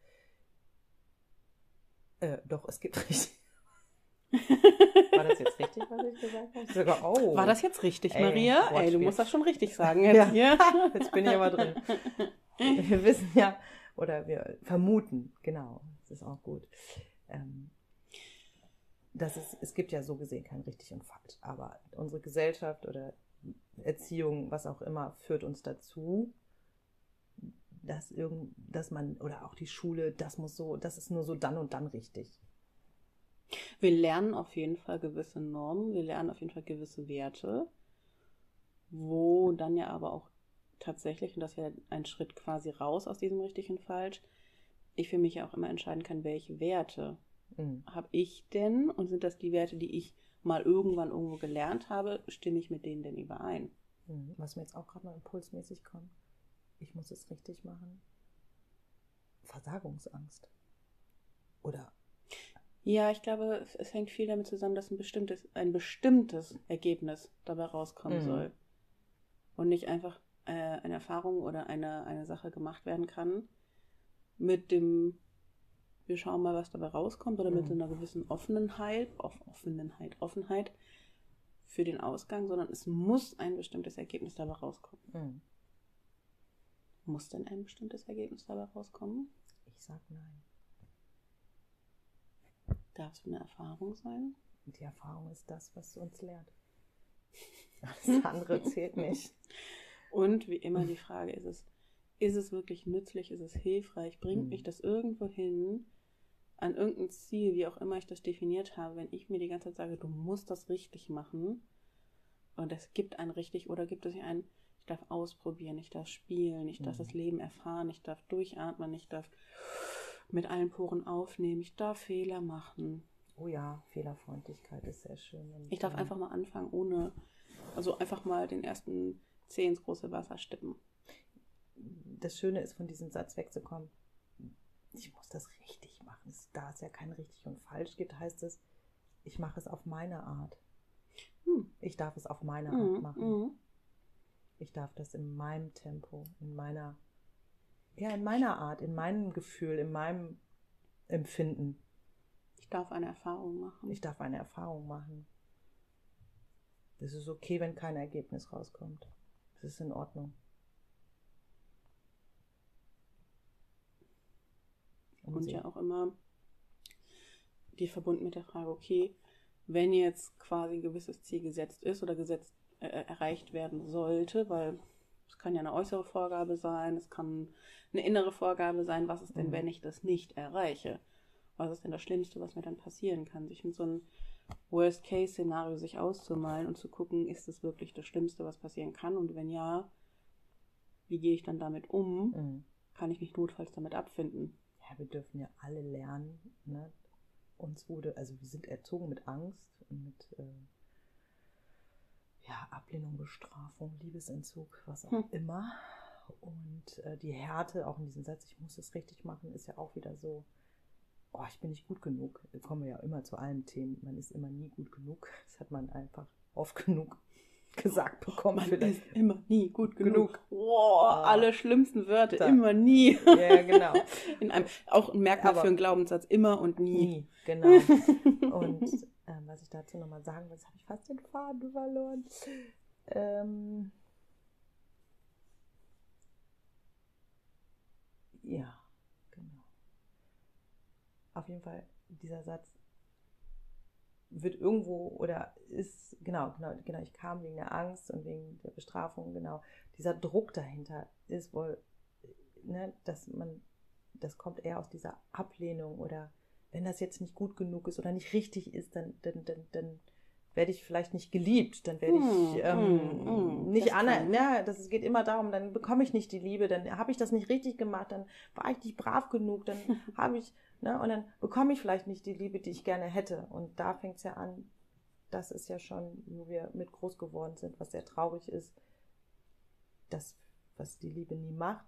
Doch, es gibt richtig. War das jetzt richtig, was ich gesagt habe? Sogar, War das jetzt richtig, Maria? Ey, du musst das schon richtig sagen jetzt hier. Jetzt bin ich aber drin. Wir wissen ja, oder wir vermuten, genau, das ist auch gut. Es gibt ja so gesehen kein richtig und falsch, aber unsere Gesellschaft oder Erziehung, was auch immer, führt uns dazu, dass man, oder auch die Schule, das ist nur so dann und dann richtig. Wir lernen auf jeden Fall gewisse Normen, wir lernen auf jeden Fall gewisse Werte, wo dann ja aber auch tatsächlich, und das ist ja ein Schritt quasi raus aus diesem richtig und falsch, ich für mich ja auch immer entscheiden kann, welche Werte habe ich denn, und sind das die Werte, die ich mal irgendwann irgendwo gelernt habe, stimme ich mit denen denn überein? Was mir jetzt auch gerade mal impulsmäßig kommt, ich muss es richtig machen. Versagungsangst. Oder? Ja, ich glaube, es hängt viel damit zusammen, dass ein bestimmtes Ergebnis dabei rauskommen soll. Und nicht einfach eine Erfahrung oder eine Sache gemacht werden kann mit dem, wir schauen mal, was dabei rauskommt, oder mit so einer gewissen Offenheit für den Ausgang, sondern es muss ein bestimmtes Ergebnis dabei rauskommen. Muss denn ein bestimmtes Ergebnis dabei rauskommen? Ich sag nein. Darf es eine Erfahrung sein? Die Erfahrung ist das, was uns lehrt. Alles andere zählt nicht. Und wie immer die Frage ist es wirklich nützlich, ist es hilfreich, bringt mich das irgendwo hin, an irgendein Ziel, wie auch immer ich das definiert habe, wenn ich mir die ganze Zeit sage, du musst das richtig machen und es gibt ein richtig oder gibt es ein, ich darf ausprobieren, ich darf spielen, ich darf das Leben erfahren, ich darf durchatmen, ich darf mit allen Poren aufnehmen, ich darf Fehler machen. Oh ja, Fehlerfreundlichkeit ist sehr schön. Ich darf einfach mal anfangen, also einfach mal den ersten Zeh ins große Wasser stippen. Das Schöne ist, von diesem Satz wegzukommen, ich muss das richtig machen. Da es ja kein richtig und falsch gibt, heißt es, ich mache es auf meine Art. Ich darf es auf meine Art machen. Ich darf das in meinem Tempo, in meiner Art, in meinem Gefühl, in meinem Empfinden. Ich darf eine Erfahrung machen. Es ist okay, wenn kein Ergebnis rauskommt. Das ist in Ordnung. Und ja auch immer die verbunden mit der Frage, okay, wenn jetzt quasi ein gewisses Ziel gesetzt ist oder erreicht werden sollte, weil es kann ja eine äußere Vorgabe sein, es kann eine innere Vorgabe sein, was ist denn, wenn ich das nicht erreiche? Was ist denn das Schlimmste, was mir dann passieren kann? Sich mit so einem Worst-Case-Szenario sich auszumalen und zu gucken, ist das wirklich das Schlimmste, was passieren kann? Und wenn ja, wie gehe ich dann damit um? Kann ich mich notfalls damit abfinden? Ja, wir dürfen ja alle lernen, ne? Wir sind erzogen mit Angst und mit Ablehnung, Bestrafung, Liebesentzug, was auch immer. Und die Härte, auch in diesem Satz, ich muss es richtig machen, ist ja auch wieder so, ich bin nicht gut genug. Da kommen wir ja immer zu allen Themen. Man ist immer nie gut genug. Das hat man einfach oft genug gesagt bekommen. Man ist immer nie gut genug. Wow, alle schlimmsten Wörter, immer nie. Ja, genau. Auch ein Merkmal für einen Glaubenssatz, immer und nie. Nie, genau. Und was ich dazu nochmal sagen will, jetzt habe ich fast den Faden verloren. Ja, genau. Auf jeden Fall, dieser Satz wird irgendwo oder ist, genau, ich kam wegen der Angst und wegen der Bestrafung, genau. Dieser Druck dahinter ist wohl, ne, das kommt eher aus dieser Ablehnung oder wenn das jetzt nicht gut genug ist oder nicht richtig ist, dann werde ich vielleicht nicht geliebt, dann werde ich nicht anerkannt. Ja, es geht immer darum, dann bekomme ich nicht die Liebe, dann habe ich das nicht richtig gemacht, dann war ich nicht brav genug, dann habe ich, ne, und dann bekomme ich vielleicht nicht die Liebe, die ich gerne hätte. Und da fängt es ja an, das ist ja schon, wo wir mit groß geworden sind, was sehr traurig ist, das, was die Liebe nie macht,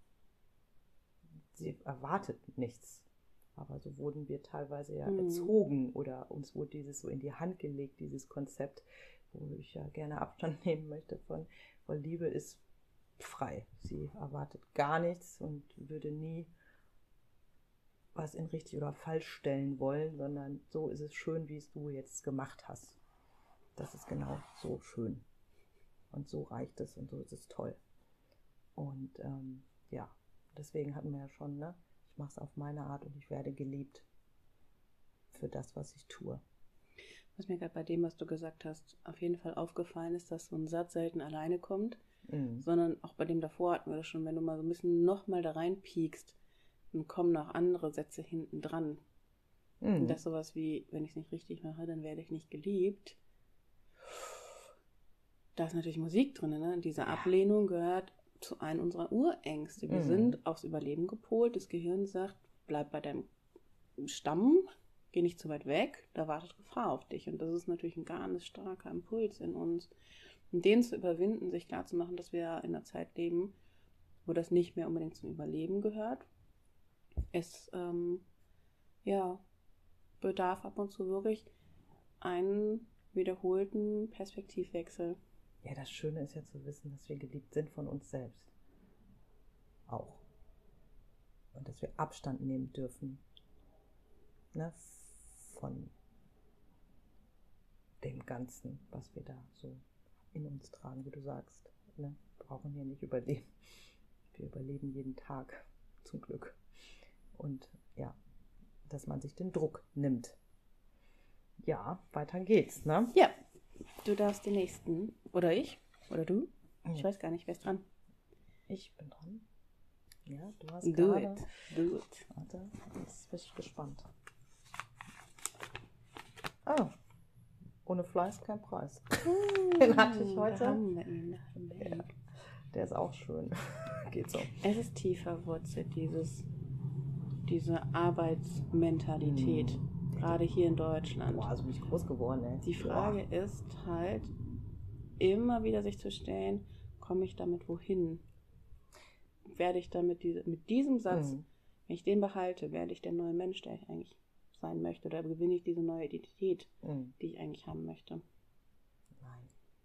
sie erwartet nichts. Aber so wurden wir teilweise ja erzogen oder uns wurde dieses so in die Hand gelegt, dieses Konzept, wo ich ja gerne Abstand nehmen möchte von, weil Liebe ist frei. Sie erwartet gar nichts und würde nie was in richtig oder falsch stellen wollen, sondern so ist es schön, wie es du jetzt gemacht hast. Das ist genau so schön. Und so reicht es und so ist es toll. Und deswegen hatten wir ja schon, ne? Ich mache es auf meine Art und ich werde geliebt für das, was ich tue. Was mir gerade bei dem, was du gesagt hast, auf jeden Fall aufgefallen ist, dass so ein Satz selten alleine kommt, sondern auch bei dem davor hatten wir das schon, wenn du mal so ein bisschen nochmal da reinpiekst, dann kommen noch andere Sätze hinten dran. Und das sowas wie, wenn ich es nicht richtig mache, dann werde ich nicht geliebt. Da ist natürlich Musik drin, ne? Diese Ablehnung gehört zu einem unserer Urängste. Wir sind aufs Überleben gepolt. Das Gehirn sagt, bleib bei deinem Stamm, geh nicht zu weit weg, da wartet Gefahr auf dich. Und das ist natürlich ein ganz starker Impuls in uns. Und den zu überwinden, sich klarzumachen, dass wir in einer Zeit leben, wo das nicht mehr unbedingt zum Überleben gehört. Es bedarf ab und zu wirklich einen wiederholten Perspektivwechsel. Ja, das Schöne ist ja zu wissen, dass wir geliebt sind von uns selbst. Auch. Und dass wir Abstand nehmen dürfen, ne, von dem Ganzen, was wir da so in uns tragen, wie du sagst. Ne? Wir brauchen hier nicht überleben. Wir überleben jeden Tag, zum Glück. Und ja, dass man sich den Druck nimmt. Ja, weiter geht's, ne? Ja, du darfst den nächsten. Oder ich? Oder du? Ich weiß gar nicht, wer ist dran. Ich bin dran. Ja, du hast Do gerade... Do it. Warte, jetzt bin ich gespannt. Oh, ohne Fleiß kein Preis. Den hatte ich heute. Da haben wir ihn. Ja, der ist auch schön. Geht so. Es ist tief verwurzelt, diese Arbeitsmentalität. Gerade hier in Deutschland. Boah, also bin ich groß geworden, ey. Die Frage ist halt, immer wieder sich zu stellen, komme ich damit wohin? Werde ich dann mit diesem Satz, wenn ich den behalte, werde ich der neue Mensch, der ich eigentlich sein möchte? Oder gewinne ich diese neue Identität, die ich eigentlich haben möchte? Nein.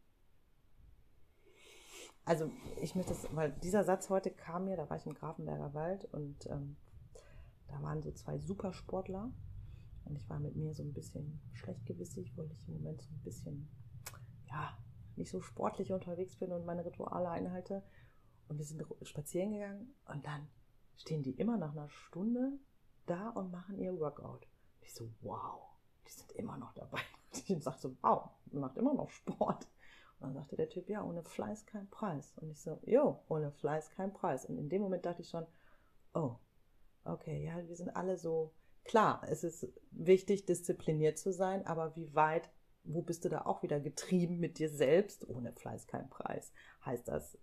Also ich möchte das, weil dieser Satz heute kam mir, da war ich im Grafenberger Wald und da waren so zwei Supersportler. Und ich war mit mir so ein bisschen schlechtgewissig, weil ich im Moment so ein bisschen, ja, nicht so sportlich unterwegs bin und meine Rituale einhalte. Und wir sind spazieren gegangen und dann stehen die immer nach einer Stunde da und machen ihr Workout. Und ich so, wow, die sind immer noch dabei. Und ich sagte so, wow, ihr macht immer noch Sport. Und dann sagte der Typ, ja, ohne Fleiß kein Preis. Und ich so, jo, ohne Fleiß kein Preis. Und in dem Moment dachte ich schon, oh, okay, ja, wir sind alle so... Klar, es ist wichtig, diszipliniert zu sein, aber wo bist du da auch wieder getrieben mit dir selbst? Ohne Fleiß kein Preis. Heißt das,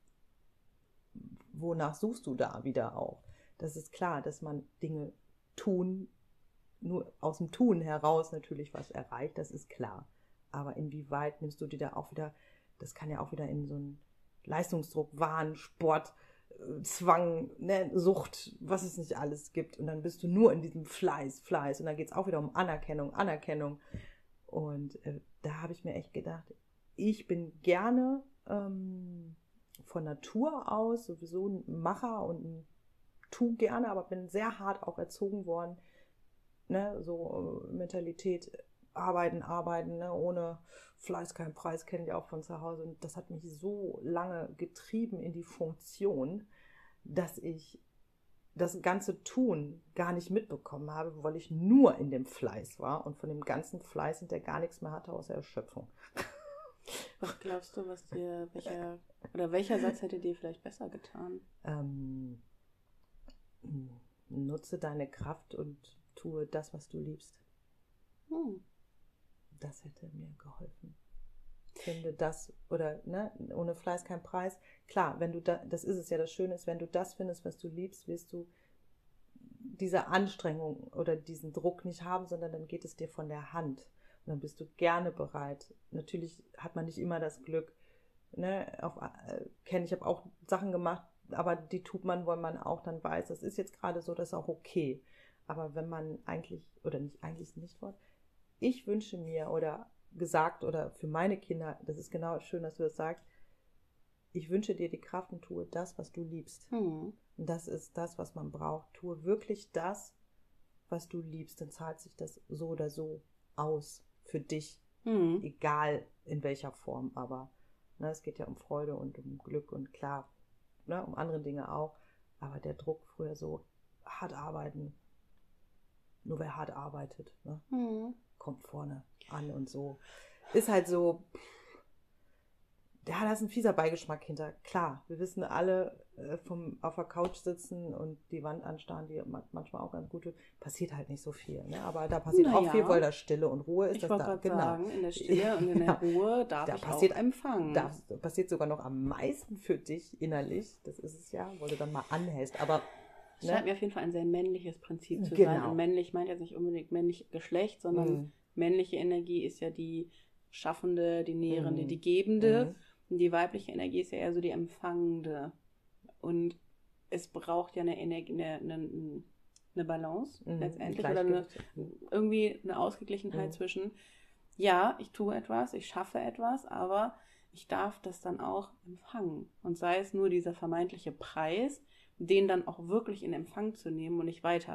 wonach suchst du da wieder auch? Das ist klar, dass man Dinge nur aus dem Tun heraus natürlich was erreicht, das ist klar. Aber inwieweit nimmst du dir da auch wieder, das kann ja auch wieder in so einen Leistungsdruck, Wahn, Sport, Zwang, ne, Sucht, was es nicht alles gibt. Und dann bist du nur in diesem Fleiß. Und dann geht es auch wieder um Anerkennung. Und da habe ich mir echt gedacht, ich bin gerne von Natur aus sowieso ein Macher und ein tu gerne, aber bin sehr hart auch erzogen worden. Ne, so Mentalität, arbeiten, ne, ohne Fleiß kein Preis, kenne ich auch von zu Hause. Und das hat mich so lange getrieben in die Funktion, dass ich das ganze Tun gar nicht mitbekommen habe, weil ich nur in dem Fleiß war und von dem ganzen Fleiß hinterher gar nichts mehr hatte außer Erschöpfung. Was glaubst du, welcher Satz hätte dir vielleicht besser getan? Nutze deine Kraft und tue das, was du liebst. Das hätte mir geholfen. Finde das, oder ne, ohne Fleiß kein Preis. Klar, wenn du das ist es ja, das Schöne ist, wenn du das findest, was du liebst, wirst du diese Anstrengung oder diesen Druck nicht haben, sondern dann geht es dir von der Hand. Und dann bist du gerne bereit. Natürlich hat man nicht immer das Glück. Ne, ich habe auch Sachen gemacht, aber die tut man, weil man auch dann weiß, das ist jetzt gerade so, das ist auch okay. Aber wenn man ich wünsche mir oder gesagt oder für meine Kinder, das ist genau schön, dass du das sagst, ich wünsche dir die Kraft und tue das, was du liebst. Und das ist das, was man braucht. Tue wirklich das, was du liebst, dann zahlt sich das so oder so aus für dich, egal in welcher Form, aber ne, es geht ja um Freude und um Glück und klar, ne, um andere Dinge auch, aber der Druck früher so hart arbeiten, nur wer hart arbeitet, ne, kommt vorne an und so, ist halt so, ja, da ist ein fieser Beigeschmack hinter. Klar, wir wissen alle, auf der Couch sitzen und die Wand anstarren, die manchmal auch ganz gut tut, passiert halt nicht so viel. Ne? Aber da passiert auch viel, weil da Stille und Ruhe ist. Ich wollte gerade sagen, in der Stille und in der Ruhe darf ich auch empfangen. Da passiert sogar noch am meisten für dich innerlich. Das ist es ja, wo du dann mal anhältst. Aber es scheint mir auf jeden Fall ein sehr männliches Prinzip zu sein. Und männlich meint jetzt nicht unbedingt männlich Geschlecht, sondern männliche Energie ist ja die Schaffende, die Nährende, die Gebende. Und die weibliche Energie ist ja eher so die Empfangende. Und es braucht ja eine Balance letztendlich. Oder irgendwie eine Ausgeglichenheit zwischen, ja, ich tue etwas, ich schaffe etwas, aber ich darf das dann auch empfangen. Und sei es nur dieser vermeintliche Preis, den dann auch wirklich in Empfang zu nehmen und nicht weiter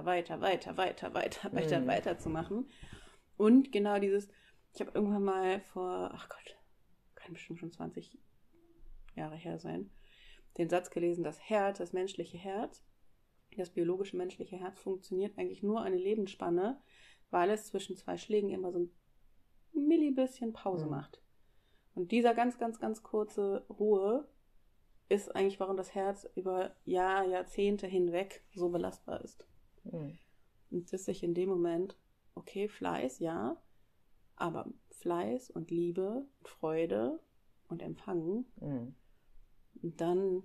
zu machen. Und genau dieses, ich habe irgendwann mal vor, kann bestimmt schon 20 Jahre her sein, den Satz gelesen, das menschliche Herz, das biologische menschliche Herz funktioniert eigentlich nur eine Lebensspanne, weil es zwischen 2 Schlägen immer so ein Millibisschen Pause macht. Und dieser ganz, ganz, ganz kurze Ruhe ist eigentlich, warum das Herz über Jahrzehnte hinweg so belastbar ist. Und das sich in dem Moment, okay, Fleiß, ja, aber Fleiß und Liebe, und Freude und Empfangen. Und dann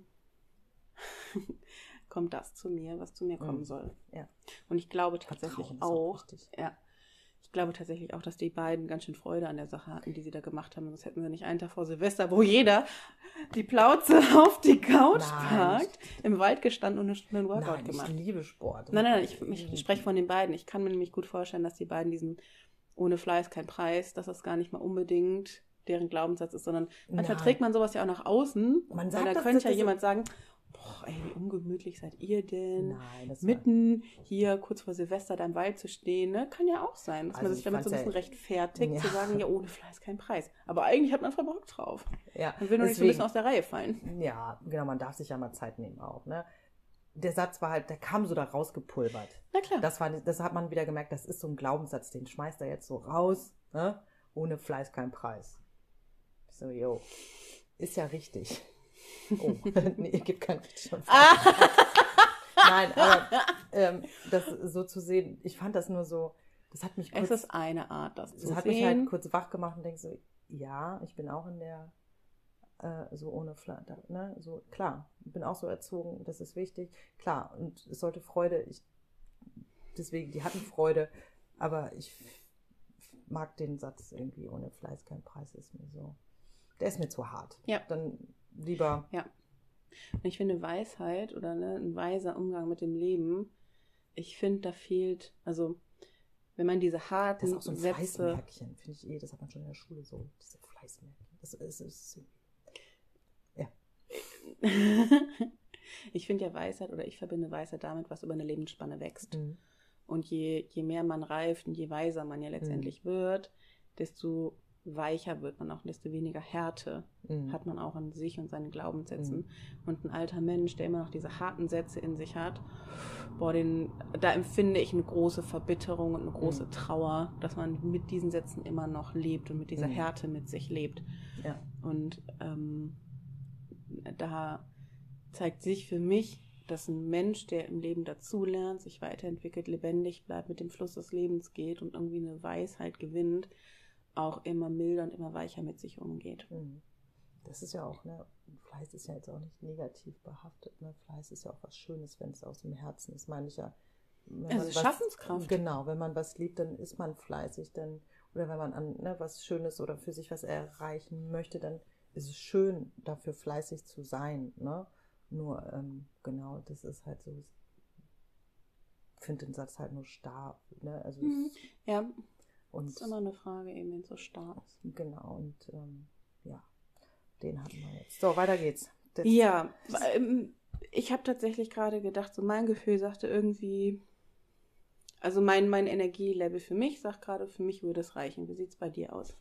kommt das zu mir, was zu mir kommen soll. Ja. Und ich glaube tatsächlich auch, dass die beiden ganz schön Freude an der Sache hatten, die sie da gemacht haben. Sonst hätten sie nicht einen Tag vor Silvester, wo jeder die Plauze auf die Couch packt, im Wald gestanden und einen Workout gemacht. Ich liebe Sport. Nein, ich spreche von den beiden. Ich kann mir nämlich gut vorstellen, dass die beiden diesen ohne Fleiß kein Preis, dass das gar nicht mal unbedingt deren Glaubenssatz ist, sondern manchmal trägt man sowas ja auch nach außen. Weil da könnte ja jemand sagen, boah, ey, wie ungemütlich seid ihr denn? Nein, mitten hier kurz vor Silvester da im Wald zu stehen, ne? Kann ja auch sein, dass man sich damit so ein bisschen rechtfertigt, zu sagen, ja, ohne Fleiß kein Preis. Aber eigentlich hat man voll Bock drauf. Ja, man will nur nicht so ein bisschen aus der Reihe fallen. Ja, genau, man darf sich ja mal Zeit nehmen auch, ne? Der Satz war halt, der kam so da rausgepulvert. Na klar. Das hat man wieder gemerkt, das ist so ein Glaubenssatz, den schmeißt er jetzt so raus, ne? Ohne Fleiß kein Preis. So, ist ja richtig. Oh, nee, ihr gebt keinen richtig schon. Nein, aber das so zu sehen, ich fand das nur so, das hat mich kurz... Es ist eine Art, das zu sehen. Das hat mich halt kurz wach gemacht und denke so, ja, ich bin auch in der, so ohne Fleiß, ne, so, klar, ich bin auch so erzogen, das ist wichtig, klar, und es sollte Freude, deswegen, die hatten Freude, aber ich mag den Satz irgendwie, ohne Fleiß kein Preis, der ist mir zu hart. Ja. Dann lieber... Ja. Und ich finde Weisheit oder ein weiser Umgang mit dem Leben, ich finde, da fehlt, also wenn man diese harten Das ist auch so ein Sätze... Fleißmärkchen, finde ich das hat man schon in der Schule so, diese Fleißmärkchen. Das ist ja. Ich finde ja Weisheit, oder ich verbinde Weisheit damit, was über eine Lebensspanne wächst. Und je mehr man reift und je weiser man ja letztendlich wird, desto weicher wird man auch, desto weniger Härte hat man auch an sich und seinen Glaubenssätzen. Und ein alter Mensch, der immer noch diese harten Sätze in sich hat, da empfinde ich eine große Verbitterung und eine große Trauer, dass man mit diesen Sätzen immer noch lebt und mit dieser Härte mit sich lebt. Ja. Und da zeigt sich für mich, dass ein Mensch, der im Leben dazulernt, sich weiterentwickelt, lebendig bleibt, mit dem Fluss des Lebens geht und irgendwie eine Weisheit gewinnt, auch immer milder und immer weicher mit sich umgeht. Das ist ja auch, ne, Fleiß ist ja jetzt auch nicht negativ behaftet, ne? Fleiß ist ja auch was Schönes, wenn es aus dem Herzen ist, meine ich ja. Es ist Schaffenskraft. Genau, wenn man was liebt, dann ist man fleißig, oder wenn man an was Schönes oder für sich was erreichen möchte, dann ist es schön, dafür fleißig zu sein, ne? Nur, genau, das ist halt so, ich finde den Satz halt nur starr, ne? Also ja. Und das ist immer eine Frage, eben, wenn es so stark ist. Genau, und ja, den hatten wir jetzt. So, weiter geht's. Ja, ich habe tatsächlich gerade gedacht, so mein Gefühl sagte irgendwie, also mein Energielevel für mich sagt gerade, für mich würde es reichen. Wie sieht es bei dir aus?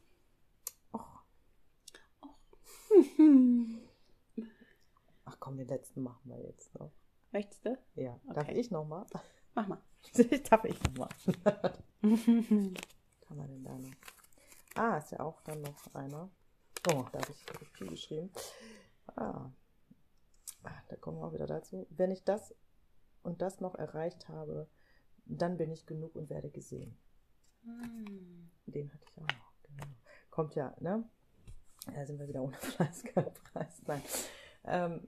Ach komm, den letzten machen wir jetzt noch. Möchtest du? Ja. Okay. Darf ich nochmal? Mach mal. Darf ich nochmal? Was haben wir denn da noch? Ist ja auch dann noch einer. Oh, da habe ich viel geschrieben. Da kommen wir auch wieder dazu. Wenn ich das und das noch erreicht habe, dann bin ich genug und werde gesehen. Den hatte ich auch noch. Genau. Kommt ja, ne? Da sind wir wieder ohne Fleißpreis. Nein.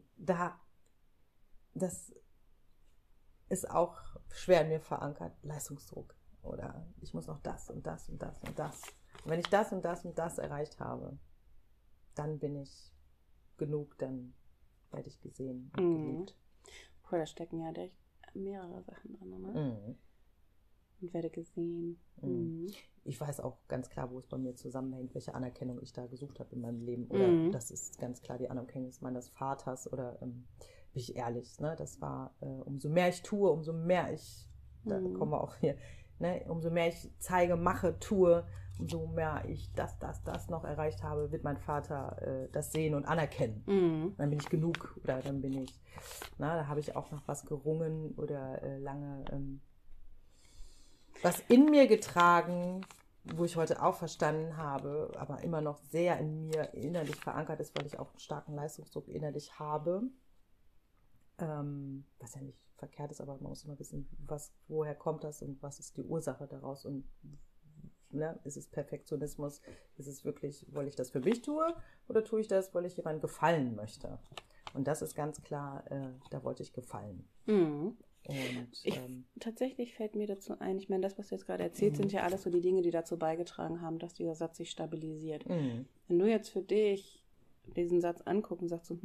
Das ist auch schwer in mir verankert. Leistungsdruck. Oder ich muss noch das und das und das und das. Und wenn ich das und das und das erreicht habe, dann bin ich genug, dann werde ich gesehen und geliebt. Da stecken ja echt mehrere Sachen drin, ne? Und werde gesehen. Ich weiß auch ganz klar, wo es bei mir zusammenhängt, welche Anerkennung ich da gesucht habe in meinem Leben. Oder das ist ganz klar die Anerkennung meines Vaters. Oder bin ich ehrlich, ne? Das war, umso mehr ich tue, umso mehr ich, da kommen wir auch hier, ne? Umso mehr ich zeige, mache, tue, umso mehr ich das noch erreicht habe, wird mein Vater das sehen und anerkennen. Dann bin ich genug. Oder dann bin ich, da habe ich auch noch was gerungen oder lange was in mir getragen, wo ich heute auch verstanden habe, aber immer noch sehr in mir innerlich verankert ist, weil ich auch einen starken Leistungsdruck innerlich habe. Was ja nicht verkehrt ist, aber man muss immer wissen, woher kommt das und was ist die Ursache daraus und ist es Perfektionismus? Ist es wirklich, weil ich das für mich tue oder tue ich das, weil ich jemandem gefallen möchte? Und das ist ganz klar, da wollte ich gefallen. Und tatsächlich fällt mir dazu ein, ich meine, das, was du jetzt gerade erzählt, sind ja alles so die Dinge, die dazu beigetragen haben, dass dieser Satz sich stabilisiert. Wenn du jetzt für dich diesen Satz anguckst und sagst so,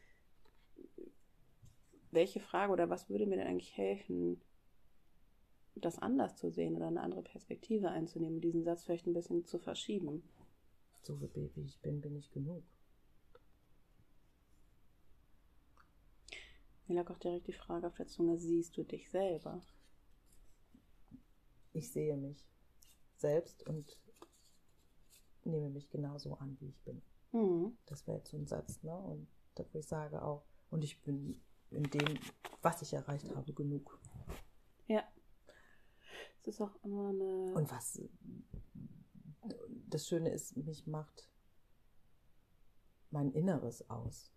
welche Frage oder was würde mir denn eigentlich helfen, das anders zu sehen oder eine andere Perspektive einzunehmen, diesen Satz vielleicht ein bisschen zu verschieben? So wie ich bin ich genug. Mir lag auch direkt die Frage auf der Zunge, siehst du dich selber? Ich sehe mich selbst und nehme mich genauso an, wie ich bin. Das wäre jetzt so ein Satz, ne? Und da wo ich sage auch, und ich bin in dem, was ich erreicht habe, genug. Ja. Es ist auch immer eine... Und was das Schöne ist, mich macht mein Inneres aus.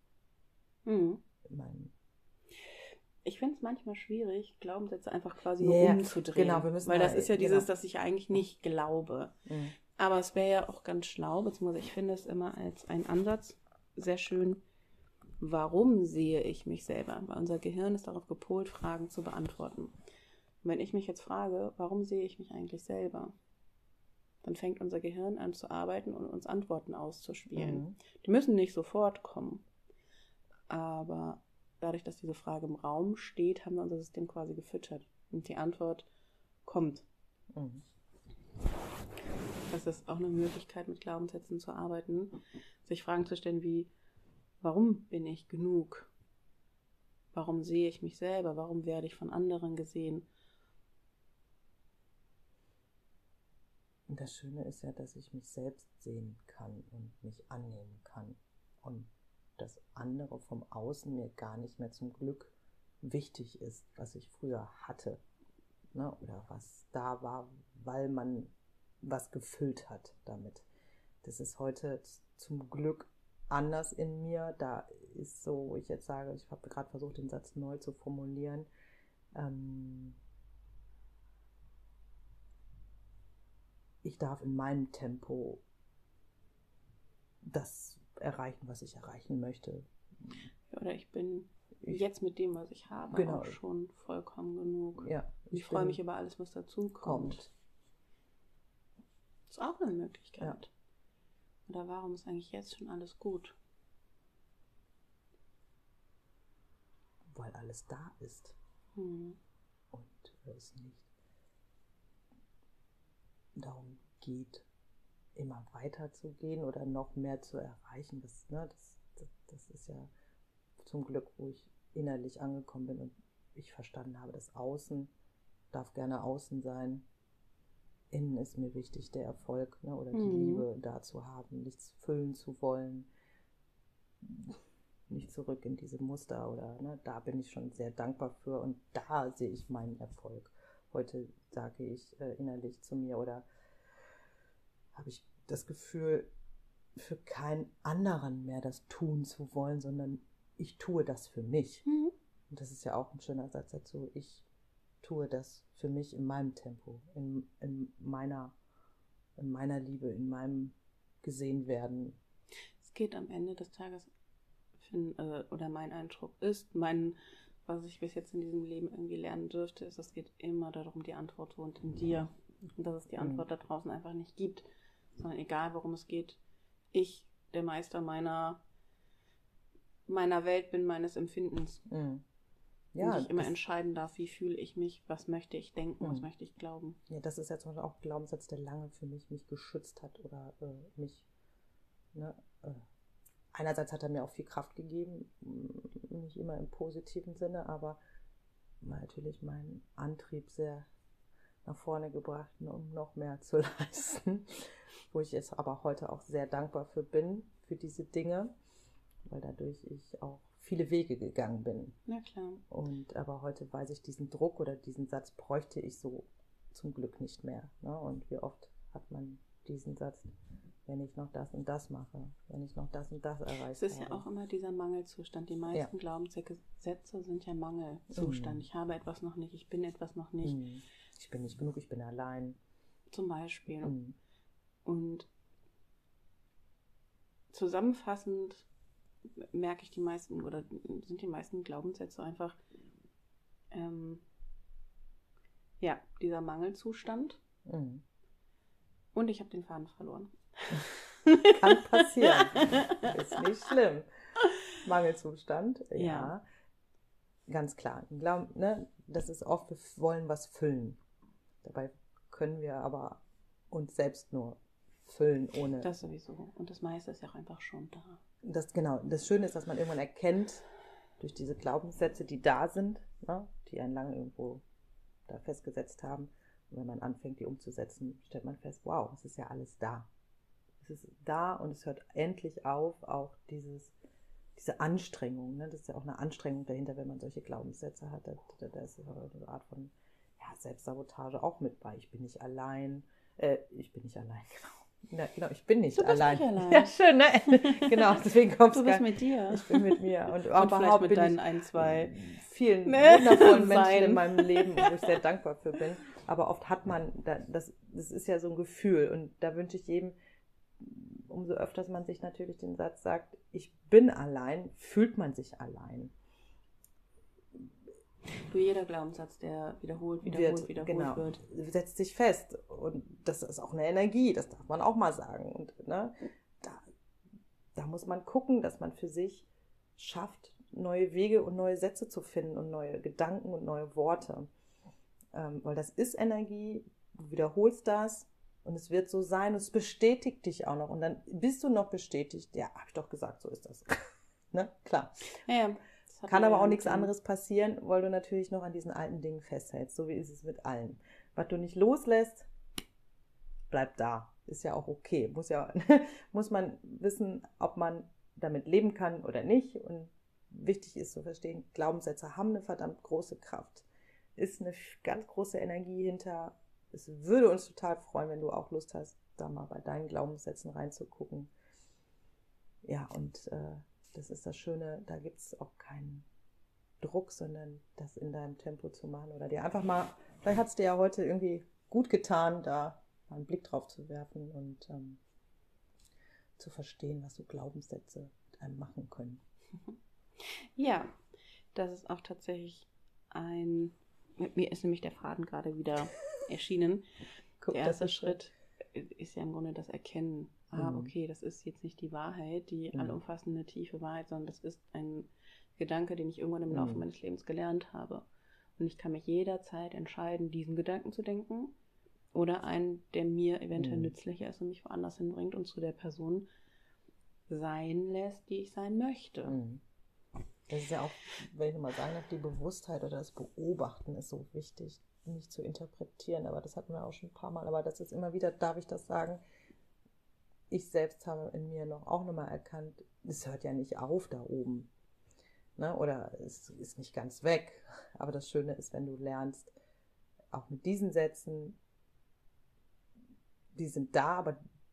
Ich finde es manchmal schwierig, Glaubenssätze einfach quasi nur umzudrehen. Genau, wir müssen weil das ist ja dieses, dass ich eigentlich nicht glaube. Aber es wäre ja auch ganz schlau, beziehungsweise ich finde es immer als einen Ansatz sehr schön, warum sehe ich mich selber? Weil unser Gehirn ist darauf gepolt, Fragen zu beantworten. Und wenn ich mich jetzt frage, warum sehe ich mich eigentlich selber? Dann fängt unser Gehirn an zu arbeiten und uns Antworten auszuspielen. Die müssen nicht sofort kommen. Aber dadurch, dass diese Frage im Raum steht, haben wir unser System quasi gefüttert. Und die Antwort kommt. Das ist auch eine Möglichkeit, mit Glaubenssätzen zu arbeiten. Sich Fragen zu stellen wie, warum bin ich genug? Warum sehe ich mich selber? Warum werde ich von anderen gesehen? Und das Schöne ist ja, dass ich mich selbst sehen kann und mich annehmen kann. Und das andere vom Außen mir gar nicht mehr zum Glück wichtig ist, was ich früher hatte. Ne? Oder was da war, weil man was gefüllt hat damit. Das ist heute zum Glück anders in mir. Da ist so, wo ich jetzt sage, ich habe gerade versucht, den Satz neu zu formulieren. Ich darf in meinem Tempo das erreichen, was ich erreichen möchte. Oder ich bin jetzt mit dem, was ich habe, auch schon vollkommen genug. Ja, ich freue mich über alles, was dazu kommt. Ist auch eine Möglichkeit. Ja. Oder warum ist eigentlich jetzt schon alles gut? Weil alles da ist. Und es nicht darum geht, immer weiter zu gehen oder noch mehr zu erreichen. Das ist ja zum Glück, wo ich innerlich angekommen bin und ich verstanden habe, das Außen darf gerne außen sein. Innen ist mir wichtig, der Erfolg, ne, oder die Liebe da zu haben, nichts füllen zu wollen, nicht zurück in diese Muster oder da bin ich schon sehr dankbar für und da sehe ich meinen Erfolg. Heute sage ich innerlich zu mir oder habe ich das Gefühl, für keinen anderen mehr das tun zu wollen, sondern ich tue das für mich. Mhm. Und das ist ja auch ein schöner Satz dazu. Ich tue das für mich in meinem Tempo, in meiner Liebe, in meinem Gesehenwerden. Es geht am Ende des Tages, oder mein Eindruck ist, was ich bis jetzt in diesem Leben irgendwie lernen dürfte, ist, es geht immer darum, die Antwort wohnt in dir. Und dass es die Antwort da draußen einfach nicht gibt. Sondern egal, worum es geht, ich, der Meister meiner Welt bin, meines Empfindens. Ja, und ich immer entscheiden darf, wie fühle ich mich, was möchte ich denken, was möchte ich glauben. Ja, das ist ja zum Beispiel auch ein Glaubenssatz, der lange für mich geschützt hat oder mich, einerseits hat er mir auch viel Kraft gegeben, nicht immer im positiven Sinne, aber natürlich meinen Antrieb sehr nach vorne gebracht, um noch mehr zu leisten, wo ich jetzt aber heute auch sehr dankbar für bin, für diese Dinge, weil dadurch ich auch viele Wege gegangen bin. Na klar. Und aber heute weiß ich, diesen Druck oder diesen Satz bräuchte ich so zum Glück nicht mehr. Ne? Und wie oft hat man diesen Satz, wenn ich noch das und das mache, wenn ich noch das und das erreiche. Es ist ja auch immer dieser Mangelzustand. Die meisten Glaubenssätze sind ja Mangelzustand. Ich habe etwas noch nicht, ich bin etwas noch nicht. Ich bin nicht genug, ich bin allein. Zum Beispiel. Und zusammenfassend merke ich sind die meisten Glaubenssätze einfach dieser Mangelzustand. Und ich habe den Faden verloren. Kann passieren. Ist nicht schlimm. Mangelzustand, ja. Ganz klar. Das ist oft, wir wollen was füllen. Dabei können wir aber uns selbst nur füllen, ohne... Das sowieso. Und das meiste ist ja auch einfach schon da. Das Schöne ist, dass man irgendwann erkennt, durch diese Glaubenssätze, die da sind, ne, die einen lange irgendwo da festgesetzt haben. Und wenn man anfängt, die umzusetzen, stellt man fest, wow, es ist ja alles da. Es ist da und es hört endlich auf, auch diese Anstrengung. Ne? Das ist ja auch eine Anstrengung dahinter, wenn man solche Glaubenssätze hat. Da ist eine Art von Selbstsabotage auch mit bei. Ich bin nicht allein, genau. Ja, genau, ich bin nicht allein. Bist nicht allein. Ja, schön, ne? Genau, deswegen kommst du bist mit dir. Ich bin mit mir. Und vielleicht mit deinen vielen wundervollen Menschen in meinem Leben, wo ich sehr dankbar für bin. Aber oft hat man, das ist ja so ein Gefühl. Und da wünsche ich jedem, umso öfters man sich natürlich den Satz sagt, ich bin allein, fühlt man sich allein. Jeder Glaubenssatz, der wiederholt wird, setzt sich fest. Und das ist auch eine Energie, das darf man auch mal sagen. Und da muss man gucken, dass man für sich schafft, neue Wege und neue Sätze zu finden und neue Gedanken und neue Worte. Weil das ist Energie, du wiederholst das und es wird so sein und es bestätigt dich auch noch. Und dann bist du noch bestätigt, ja, habe ich doch gesagt, so ist das. Ne? Klar. Ja. Kann aber auch nichts anderes passieren, weil du natürlich noch an diesen alten Dingen festhältst. So wie ist es mit allen. Was du nicht loslässt, bleibt da. Ist ja auch okay. Muss man wissen, ob man damit leben kann oder nicht. Und wichtig ist zu verstehen, Glaubenssätze haben eine verdammt große Kraft. Ist eine ganz große Energie hinter. Es würde uns total freuen, wenn du auch Lust hast, da mal bei deinen Glaubenssätzen reinzugucken. Ja, und das ist das Schöne, da gibt es auch keinen Druck, sondern das in deinem Tempo zu machen oder dir einfach mal, vielleicht hat es dir ja heute irgendwie gut getan, da mal einen Blick drauf zu werfen und zu verstehen, was so Glaubenssätze mit einem machen können. Ja, das ist auch tatsächlich mir ist nämlich der Faden gerade wieder erschienen. Der erste Schritt ist ja im Grunde das Erkennen. Okay, das ist jetzt nicht die Wahrheit, die allumfassende, tiefe Wahrheit, sondern das ist ein Gedanke, den ich irgendwann im Laufe meines Lebens gelernt habe. Und ich kann mich jederzeit entscheiden, diesen Gedanken zu denken oder einen, der mir eventuell nützlicher ist und mich woanders hinbringt und zu der Person sein lässt, die ich sein möchte. Das ist ja auch, wenn ich mal sagen darf, die Bewusstheit oder das Beobachten ist so wichtig, nicht zu interpretieren, aber das hatten wir auch schon ein paar Mal, aber das ist immer wieder, darf ich das sagen, ich selbst habe in mir auch nochmal erkannt, es hört ja nicht auf da oben, ne? Oder es ist nicht ganz weg, aber das Schöne ist, wenn du lernst, auch mit diesen Sätzen, die sind da, aber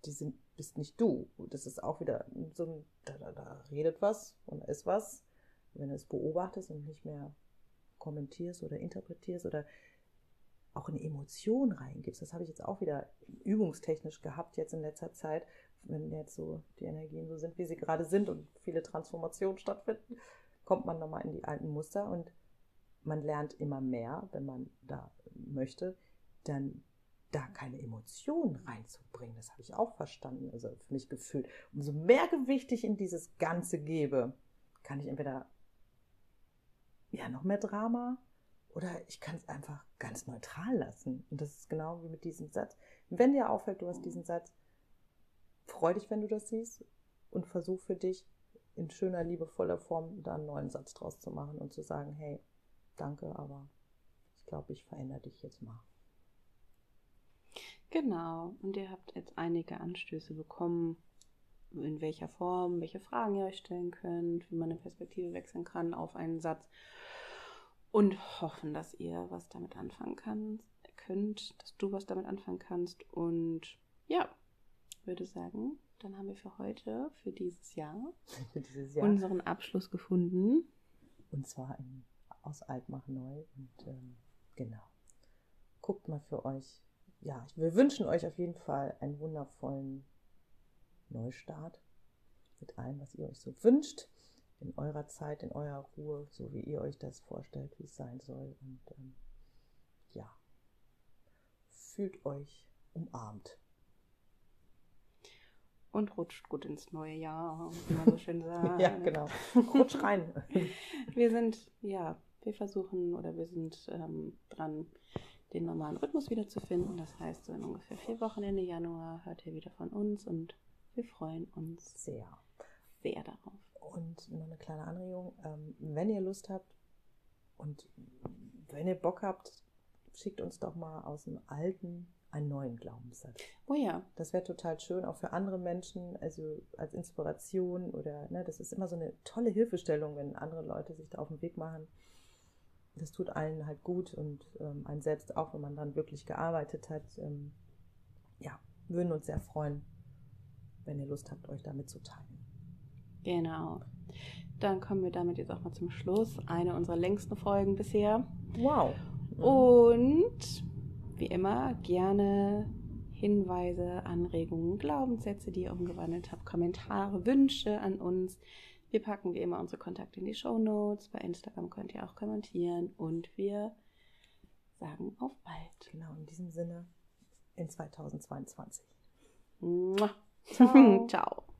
bist nicht du. Das ist auch wieder so ein, da redet was und da ist was. Wenn du es beobachtest und nicht mehr kommentierst oder interpretierst oder auch eine Emotion reingibst, das habe ich jetzt auch wieder übungstechnisch gehabt jetzt in letzter Zeit, wenn jetzt so die Energien so sind, wie sie gerade sind und viele Transformationen stattfinden, kommt man nochmal in die alten Muster und man lernt immer mehr, wenn man da möchte, dann da keine Emotionen reinzubringen. Das habe ich auch verstanden, also für mich gefühlt. Umso mehr Gewicht ich in dieses Ganze gebe, kann ich entweder noch mehr Drama oder ich kann es einfach ganz neutral lassen. Und das ist genau wie mit diesem Satz. Wenn dir auffällt, du hast diesen Satz, freu dich, wenn du das siehst und versuch für dich in schöner, liebevoller Form da einen neuen Satz draus zu machen und zu sagen, hey, danke, aber ich glaube, ich verändere dich jetzt mal. Genau, und ihr habt jetzt einige Anstöße bekommen, in welcher Form, welche Fragen ihr euch stellen könnt, wie man eine Perspektive wechseln kann auf einen Satz und hoffen, dass ihr was damit anfangen könnt, dass du was damit anfangen kannst und ja, würde sagen, dann haben wir für heute, für dieses Jahr, unseren Abschluss gefunden. Und zwar aus alt mach neu und genau. Guckt mal für euch. Ja, wir wünschen euch auf jeden Fall einen wundervollen Neustart mit allem, was ihr euch so wünscht, in eurer Zeit, in eurer Ruhe, so wie ihr euch das vorstellt, wie es sein soll. Und fühlt euch umarmt. Und rutscht gut ins neue Jahr, wie man so schön sagt. Ja, genau. Rutsch rein. Wir sind dran, den normalen Rhythmus wiederzufinden. Das heißt, so in ungefähr 4 Wochen Ende Januar hört ihr wieder von uns und wir freuen uns sehr darauf. Und noch eine kleine Anregung, wenn ihr Lust habt und wenn ihr Bock habt, schickt uns doch mal aus dem Alten einen neuen Glaubenssatz. Oh ja. Das wäre total schön, auch für andere Menschen, also als Inspiration oder, das ist immer so eine tolle Hilfestellung, wenn andere Leute sich da auf den Weg machen. Das tut allen halt gut und einen selbst auch, wenn man dann wirklich gearbeitet hat. Würden uns sehr freuen, wenn ihr Lust habt, euch damit zu teilen. Genau. Dann kommen wir damit jetzt auch mal zum Schluss. Eine unserer längsten Folgen bisher. Wow. Und wie immer gerne Hinweise, Anregungen, Glaubenssätze, die ihr umgewandelt habt, Kommentare, Wünsche an uns. Wir packen wie immer unsere Kontakte in die Shownotes. Bei Instagram könnt ihr auch kommentieren. Und wir sagen auf bald. Genau, in diesem Sinne in 2022. Ciao. Ciao.